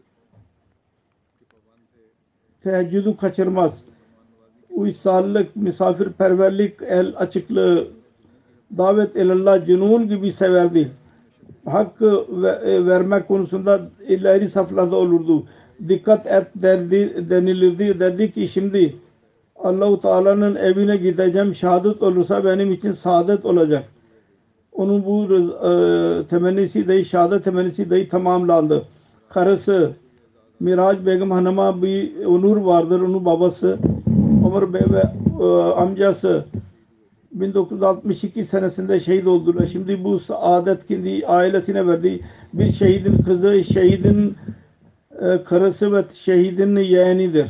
Speaker 2: Teheccüdü kaçırmaz. Uysallık, misafirperverlik, el açıklığı, davet ilallah, cünun gibi severdi. Hakkı vermek konusunda ileri saflarda olurdu. Dikkat et derdi, denilirdi. Derdi ki şimdi Allah-u Teala'nın evine gideceğim. Şehadet olursa benim için saadet olacak. Onun bu e, temennisi dahi, şehadet temennisi dahi tamamlandı. Karısı Mirac Begum Hanım'a bir onur vardır. Onun babası Ömer Bey ve e, amcası bin dokuz yüz altmış iki senesinde şehit oldular. Şimdi bu saadet kendi ailesine verdi. Bir şehidin kızı, şehidin e, karısı ve şehidin yeğenidir.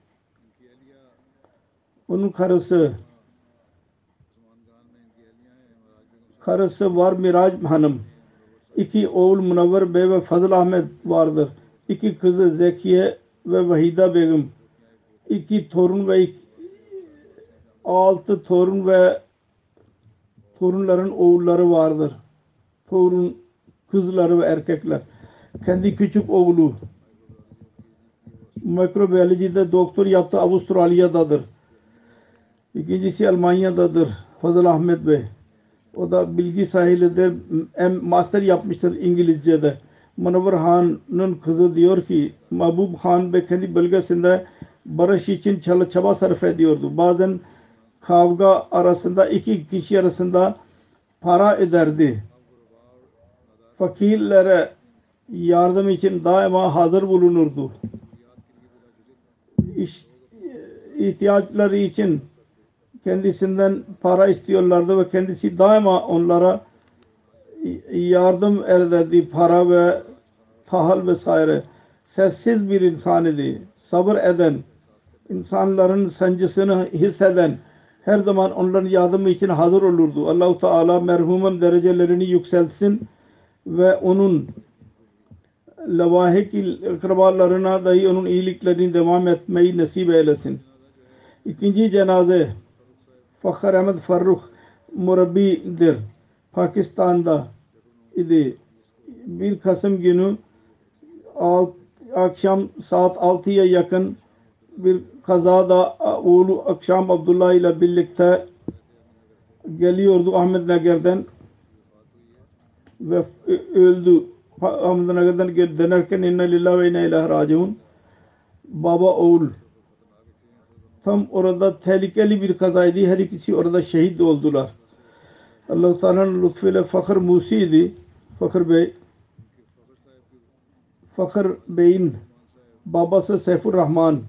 Speaker 2: Onun karısı karısı var Mirac Hanım. İki oğul Munavver Bey ve Fazıl Ahmet vardır. İki kızı Zekiye ve Vahida Begum. İki torun ve iki, altı torun ve torunların oğulları vardır. Torun kızları ve erkekler. Kendi küçük oğlu mikrobiyolojide doktor yaptı, Avustralya'dadır. İkincisi Almanya'dadır. Fazıl Ahmet Bey. O da bilgi sahibidir. Master yapmıştır İngilizce'de. Munavver Han'ın kızı diyor ki Mahbub Khan Bey kendi bölgesinde barış için çaba sarf ediyordu. Bazen kavga arasında iki kişi arasında para öderdi. Fakirlere yardım için daima hazır bulunurdu. İş, ihtiyaçları için kendisinden para istiyorlardı ve kendisi daima onlara yardım ederdi. Para ve tahıl vesaire. Sessiz bir insan idi. Sabır eden, insanların sancısını hisseden, her zaman onların yardımı için hazır olurdu. Allah-u Teala merhumun derecelerini yükseltsin ve onun lavahik akrabalarına dahi onun iyiliklerini devam etmeyi nasip eylesin. İkinci cenaze Fakhr Ahmed Farrukh Murabbi'dir. Pakistan'da idi. bir Kasım günü akşam saat altıya yakın bir kazada oğlu akşam Abdullah ile birlikte geliyordu Ahmetnagar'dan ve öldü. Ahmetnagar'dan dönerken inna lillahi ve inna ileyhi raciun. Baba oğul. Tam orada tehlikeli bir kazaydı. Her ikisi orada şehit oldular. Allah-u Teala'nın lütfuyla Fakir Musi'ydi. Fakir Bey. Fakir Bey'in babası Seyfur Rahman.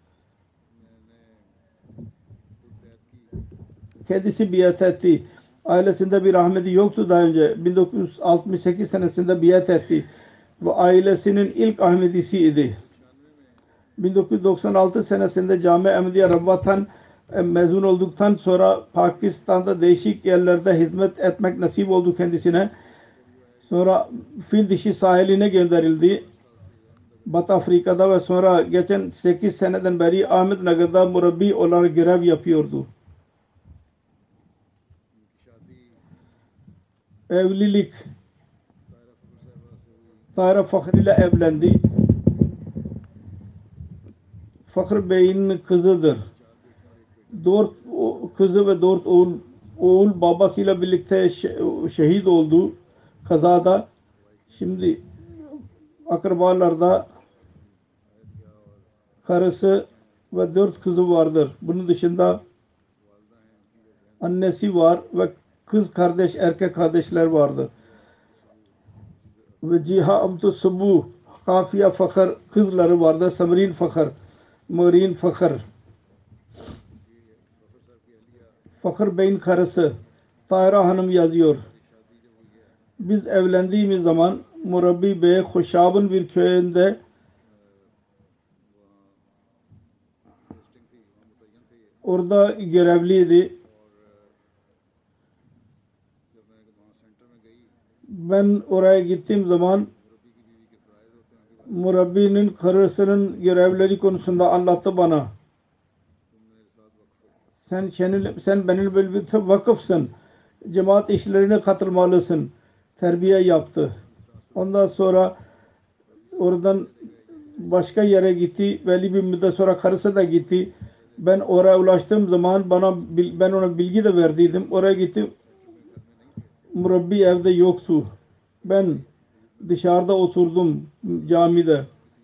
Speaker 2: Kendisi biat etti. Ailesinde bir rahmeti yoktu daha önce. bin dokuz yüz altmış sekiz senesinde biat etti. Ve ailesinin ilk Ahmedisiydi. bin dokuz yüz doksan altı senesinde Cami Ahmediye Rabvatan mezun olduktan sonra Pakistan'da değişik yerlerde hizmet etmek nasip oldu kendisine. Sonra Fil Dişi sahiline gönderildi. Batı Afrika'da ve sonra geçen sekiz seneden beri Ahmetnagar'da murabbi olarak görev yapıyordu. Evlilik Tahira Fakir ile evlendi. Fakir Bey'in kızıdır. Dört kızı ve dört oğul, oğul babasıyla birlikte şehit oldu kazada. Şimdi akrabalarda karısı ve dört kızı vardır. Bunun dışında annesi var ve kız kardeş, erkek kardeşler vardır. Ve Ciha Abdü Subu Kafiye Fakir kızları vardır. Samrin Fakir, Marin Fakir. Fakir Bey'in karısı Tahira Hanım yazıyor. Biz evlendiğimiz zaman Murabbi Bey Hoşab'ın bir köyünde orada görevliydi. Ben oraya gittiğim zaman Murabbi'nin karısının görevleri konusunda anlattı bana. Sen, sen benim bir vakıfsın. Cemaat işlerine katılmalısın. Terbiye yaptı. Ondan sonra oradan başka yere gitti. Belli bir müddet sonra karısı da gitti. Ben oraya ulaştığım zaman bana ben ona bilgi de verdiydim. Oraya gitti. Murabbi evde yoktu. Ben dışarıda oturdum camide.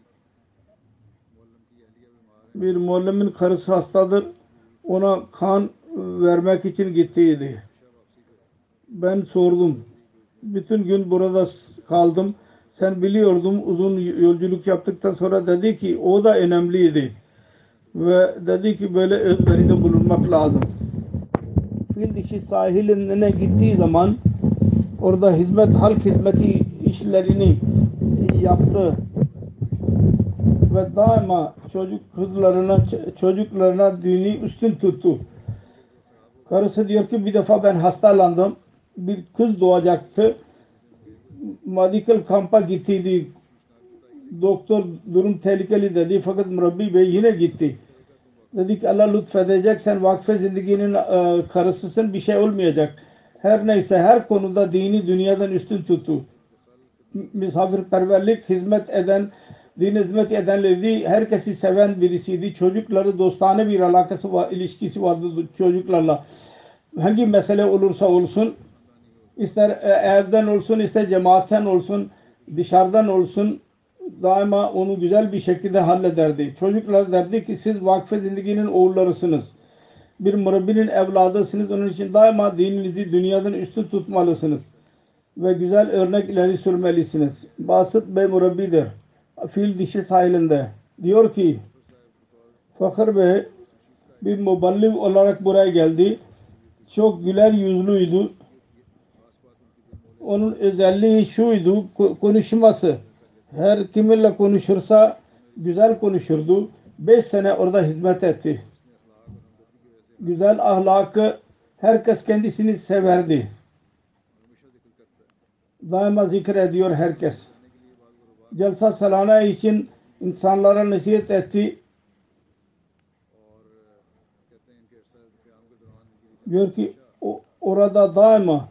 Speaker 2: Bir muallimin karısı hastadır. Ona kan vermek için gittiydi. Ben sordum. Bütün gün burada kaldım. Sen biliyordum uzun yolculuk yaptıktan sonra dedi ki o da önemliydi. Ve dedi ki böyle özveride bulunmak lazım. Fil Dişi sahiline gittiği zaman orada hizmet, halk hizmeti işlerini yaptı. Ve daima çocuk kızlarına, çocuklarına dini üstün tuttu. Karısı diyor ki bir defa ben hastalandım. Bir kız doğacaktı. Medical kampa gittiydi. Doktor durum tehlikeli dedi. Fakat Murabbi Bey yine gitti. Dedi ki Allah lütfedecek. Sen vakfe zindaginin e, karısısın. Bir şey olmayacak. Her neyse her konuda dini dünyadan üstün tuttu. Misafirperverlik, hizmet eden, din hizmet edenleri herkesi seven birisiydi. Çocukları dostane bir alakası var, ilişkisi vardı çocuklarla. Hangi mesele olursa olsun, ister evden olsun, ister cemaatten olsun, dışarıdan olsun, daima onu güzel bir şekilde hallederdi. Çocuklar derdi ki siz vakfe zindaginin oğullarısınız. Bir murabbinin evladısınız. Onun için daima dininizi dünyadan üstün tutmalısınız. Ve güzel örnek ileri sürmelisiniz. Basit Bey murabbidir. Fil Dişi sahilinde. Diyor ki Fakir Bey bir muballig olarak buraya geldi. Çok güler yüzlüydü. Onun özelliği şuydu, konuşması. Her kiminle konuşursa güzel konuşurdu. Beş sene orada hizmet etti. Güzel ahlakı, herkes kendisini severdi. Daima zikrediyor herkes. Jalsa salana için insanlara nasihat etti. Diyor ki orada daima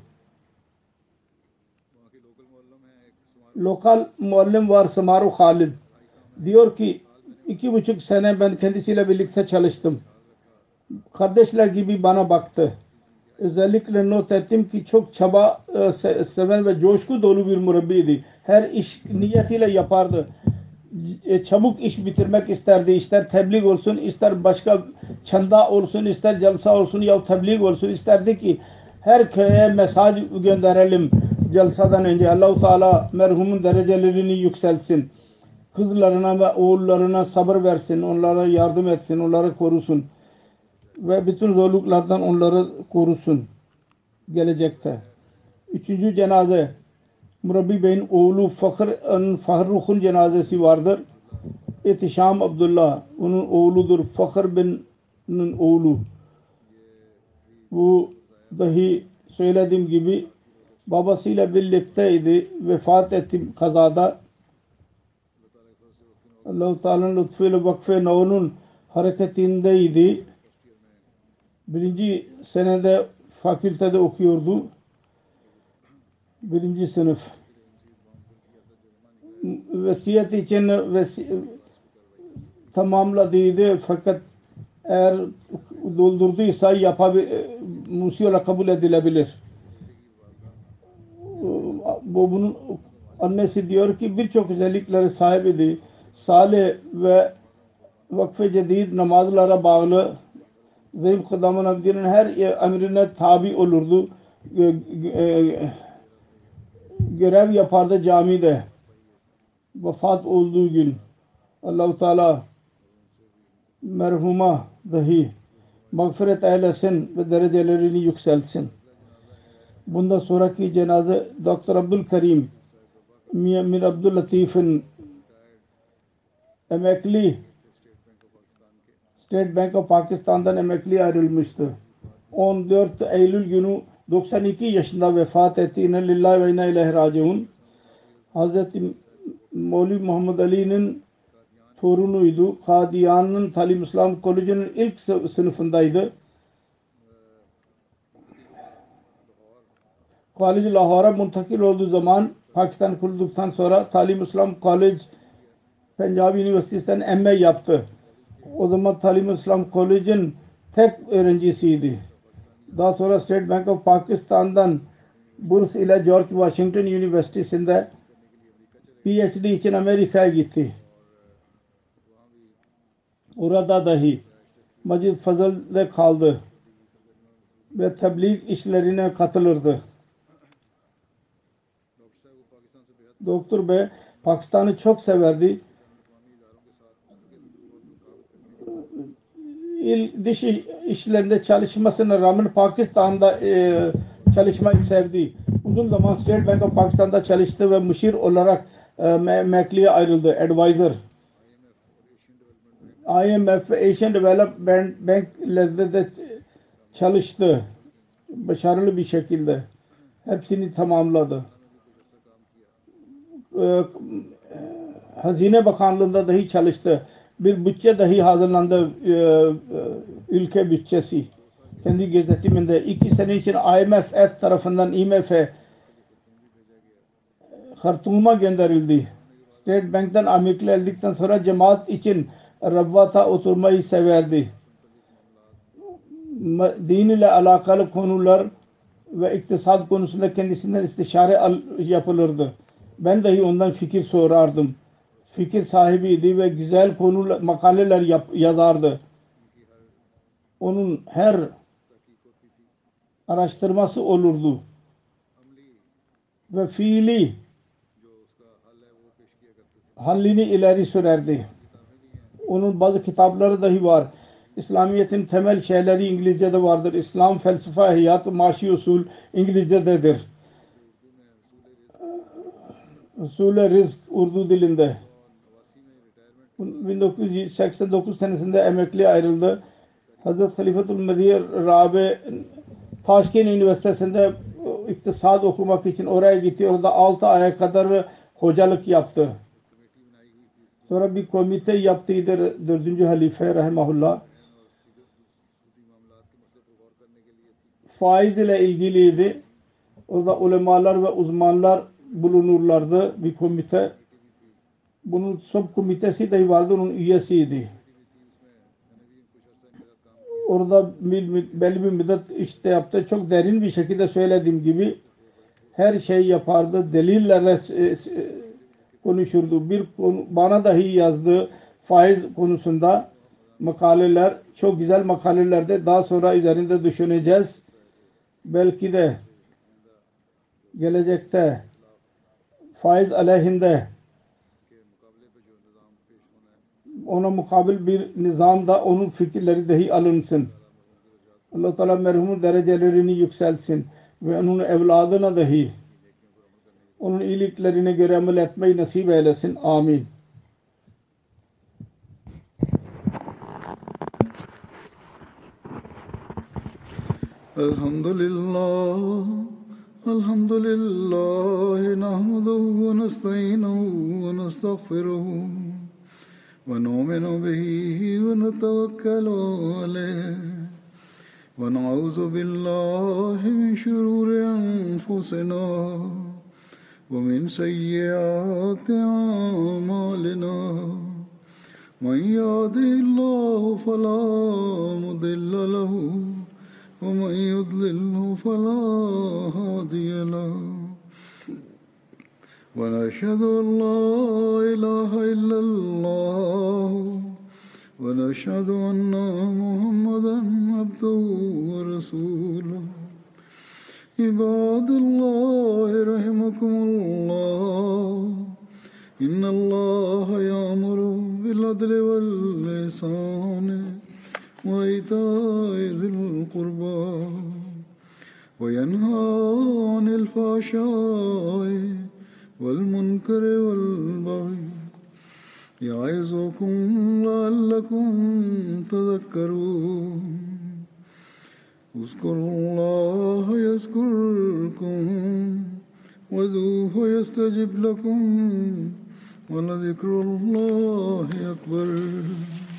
Speaker 2: lokal muallim var Samaru Khalid. Diyor ki iki buçuk sene ben kendisiyle birlikte çalıştım. Kardeşler gibi bana baktı. Özellikle not ettim ki çok çaba e, seven ve coşku dolu bir murabbiydi. Her iş niyetiyle yapardı. E, çabuk iş bitirmek isterdi. İster tebliğ olsun, ister başka çanda olsun, ister celsa olsun ya tebliğ olsun. İsterdi ki her köye mesaj gönderelim celsadan önce. Allah-u Teala merhumun derecelerini yükselsin. Kızlarına ve oğullarına sabır versin. Onlara yardım etsin. Onları korusun. Ve bütün zorluklardan onları korusun gelecekte. Üçüncü cenaze Murabbi Bey'in oğlu Fakhr Fahrukh'un cenazesi vardır. İhtişam Abdullah onun oğludur. Fakhr Bin'in oğlu. Bu dahi söylediğim gibi babasıyla birlikteydi. Vefat etti kazada. Allah-u Teala'nın lütfuyla vakfe Nav'nun hareketindeydi. Birinci senede fakültede okuyordu. Birinci sınıf. Vesiyet için vesi tamamladıydı fakat eğer doldurduysa yapabilir, musiyola kabul edilebilir. Bu bunun annesi diyor ki birçok özellikleri sahibiydi. Salih ve vakfe cedid namazlara bağlı Zayıf Kıdam'ın abdinin her emrine tabi olurdu. Görev yapardı camide. Vefat olduğu gün Allah-u Teala merhuma dahi mağfiret eylesin ve derecelerini yükselsin. Bundan sonraki cenaze Doktor Abdülkerim Mir Abdüllatif'in emekli State Bank of Pakistan'dan emekli ayrılmıştı. on dört Eylül günü doksan iki yaşında vefat etti. İnne lillahi ve inne ileyhi raciun. Hazreti Mevlevi Muhammed Ali'nin torunuydu. Kadiyan'ın Talim İslam Koleji'nin ilk sınıfındaydı. Kolej Lahora muntakil olduğu zaman Pakistan kurulduktan sonra Talim İslam Kolej Punjab Üniversitesi'nden M A yaptı. O zaman Talim İslam Koleji'nin tek öğrencisiydi. Daha sonra State Bank of Pakistan'dan burs ile George Washington Üniversitesi'nde P H D için Amerika'ya gitti. Orada dahi Macid Fazıl'de kaldı ve tebliğ işlerine katılırdı. Doktor Bey Pakistan'ı çok severdi. İl, dış işlerinde çalışmasına rağmen Pakistan'da e, çalışmayı sevdi. Uzun zaman State Bank of Pakistan'da çalıştı ve müşir olarak e, emekliye ayrıldı. Advisor. I M F Asian Development Bank'lerde de çalıştı. Başarılı bir şekilde. Hepsini tamamladı. E, Hazine Bakanlığı'nda dahi çalıştı. Bir bütçe dahi hazırlandı, e, e, ülke bütçesi. Kendi gözetiminde iki sene için I M F tarafından I M F Khartoum'a gönderildi. State Bank'tan emekli olduktan sonra cemaat için Rabvata oturmayı severdi. Din ile alakalı konular ve iktisat konusunda kendisinden istişare yapılırdı. Ben dahi ondan fikir sorardım. Fikir sahibiydi ve güzel konu makaleler yap, yazardı. Onun her araştırması olurdu. Ve fiili hallini ileri sürerdi. Onun bazı kitapları dahi var. İslamiyet'in temel şeyleri İngilizce'de vardır. İslam, felsefe, hayat, maaşi usul İngilizce'dedir. Usul-i Rizk Urdu dilinde. bin dokuz yüz seksen dokuz senesinde emekli ayrıldı. Hazreti Halifatul Mesih Rabi Taşkent Üniversitesi'nde iktisat okumak için oraya gitti. Orada altı aya kadar hocalık yaptı. Sonra bir komite yaptıydı dördüncü halife rahimahullah. Faiz ile ilgiliydi. Orada ulemalar ve uzmanlar bulunurlardı bir komite. Bunun sub komitesi dahi vardı, onun üyesiydi. Orada belli bir müddet işte yaptı. Çok derin bir şekilde söylediğim gibi her şey yapardı. Delillerle konuşurdu. Bir konu, bana dahi yazdı faiz konusunda makaleler, çok güzel makalelerde. Daha sonra üzerinde düşüneceğiz. Belki de gelecekte faiz aleyhinde ona mukabil bir nizamda onun fikirleri dahi alınsın. Allah Teala merhumun derecelerini yükselsin ve onun evladına dahi onun iyiliklerine göre amel etmeyi nasip eylesin. Amin.
Speaker 1: Elhamdülillah, elhamdülillah, nahmaduhu ve nesta'inuhu ve nestağfiruhu ve nu'minu bihi ve netevekkelu aleyh ve na'udzu billahi min şururi enfusina ve min seyyiati a'malina. Men yahdihillahu felâ mudille lehu ومن يضلله فلا هادي له ونشهد أن لا إله إلا الله ونشهد أن محمدا عبده ورسوله عباد الله رحمكم الله إن الله يأمر بالعدل والإحسان وإيتاء ذي القربى وينهى عن الفحشاء والمنكر والبغي يعظكم لعلكم تذكرون اذكروا الله يذكركم وادعوه يستجب لكم ولذكر الله أكبر.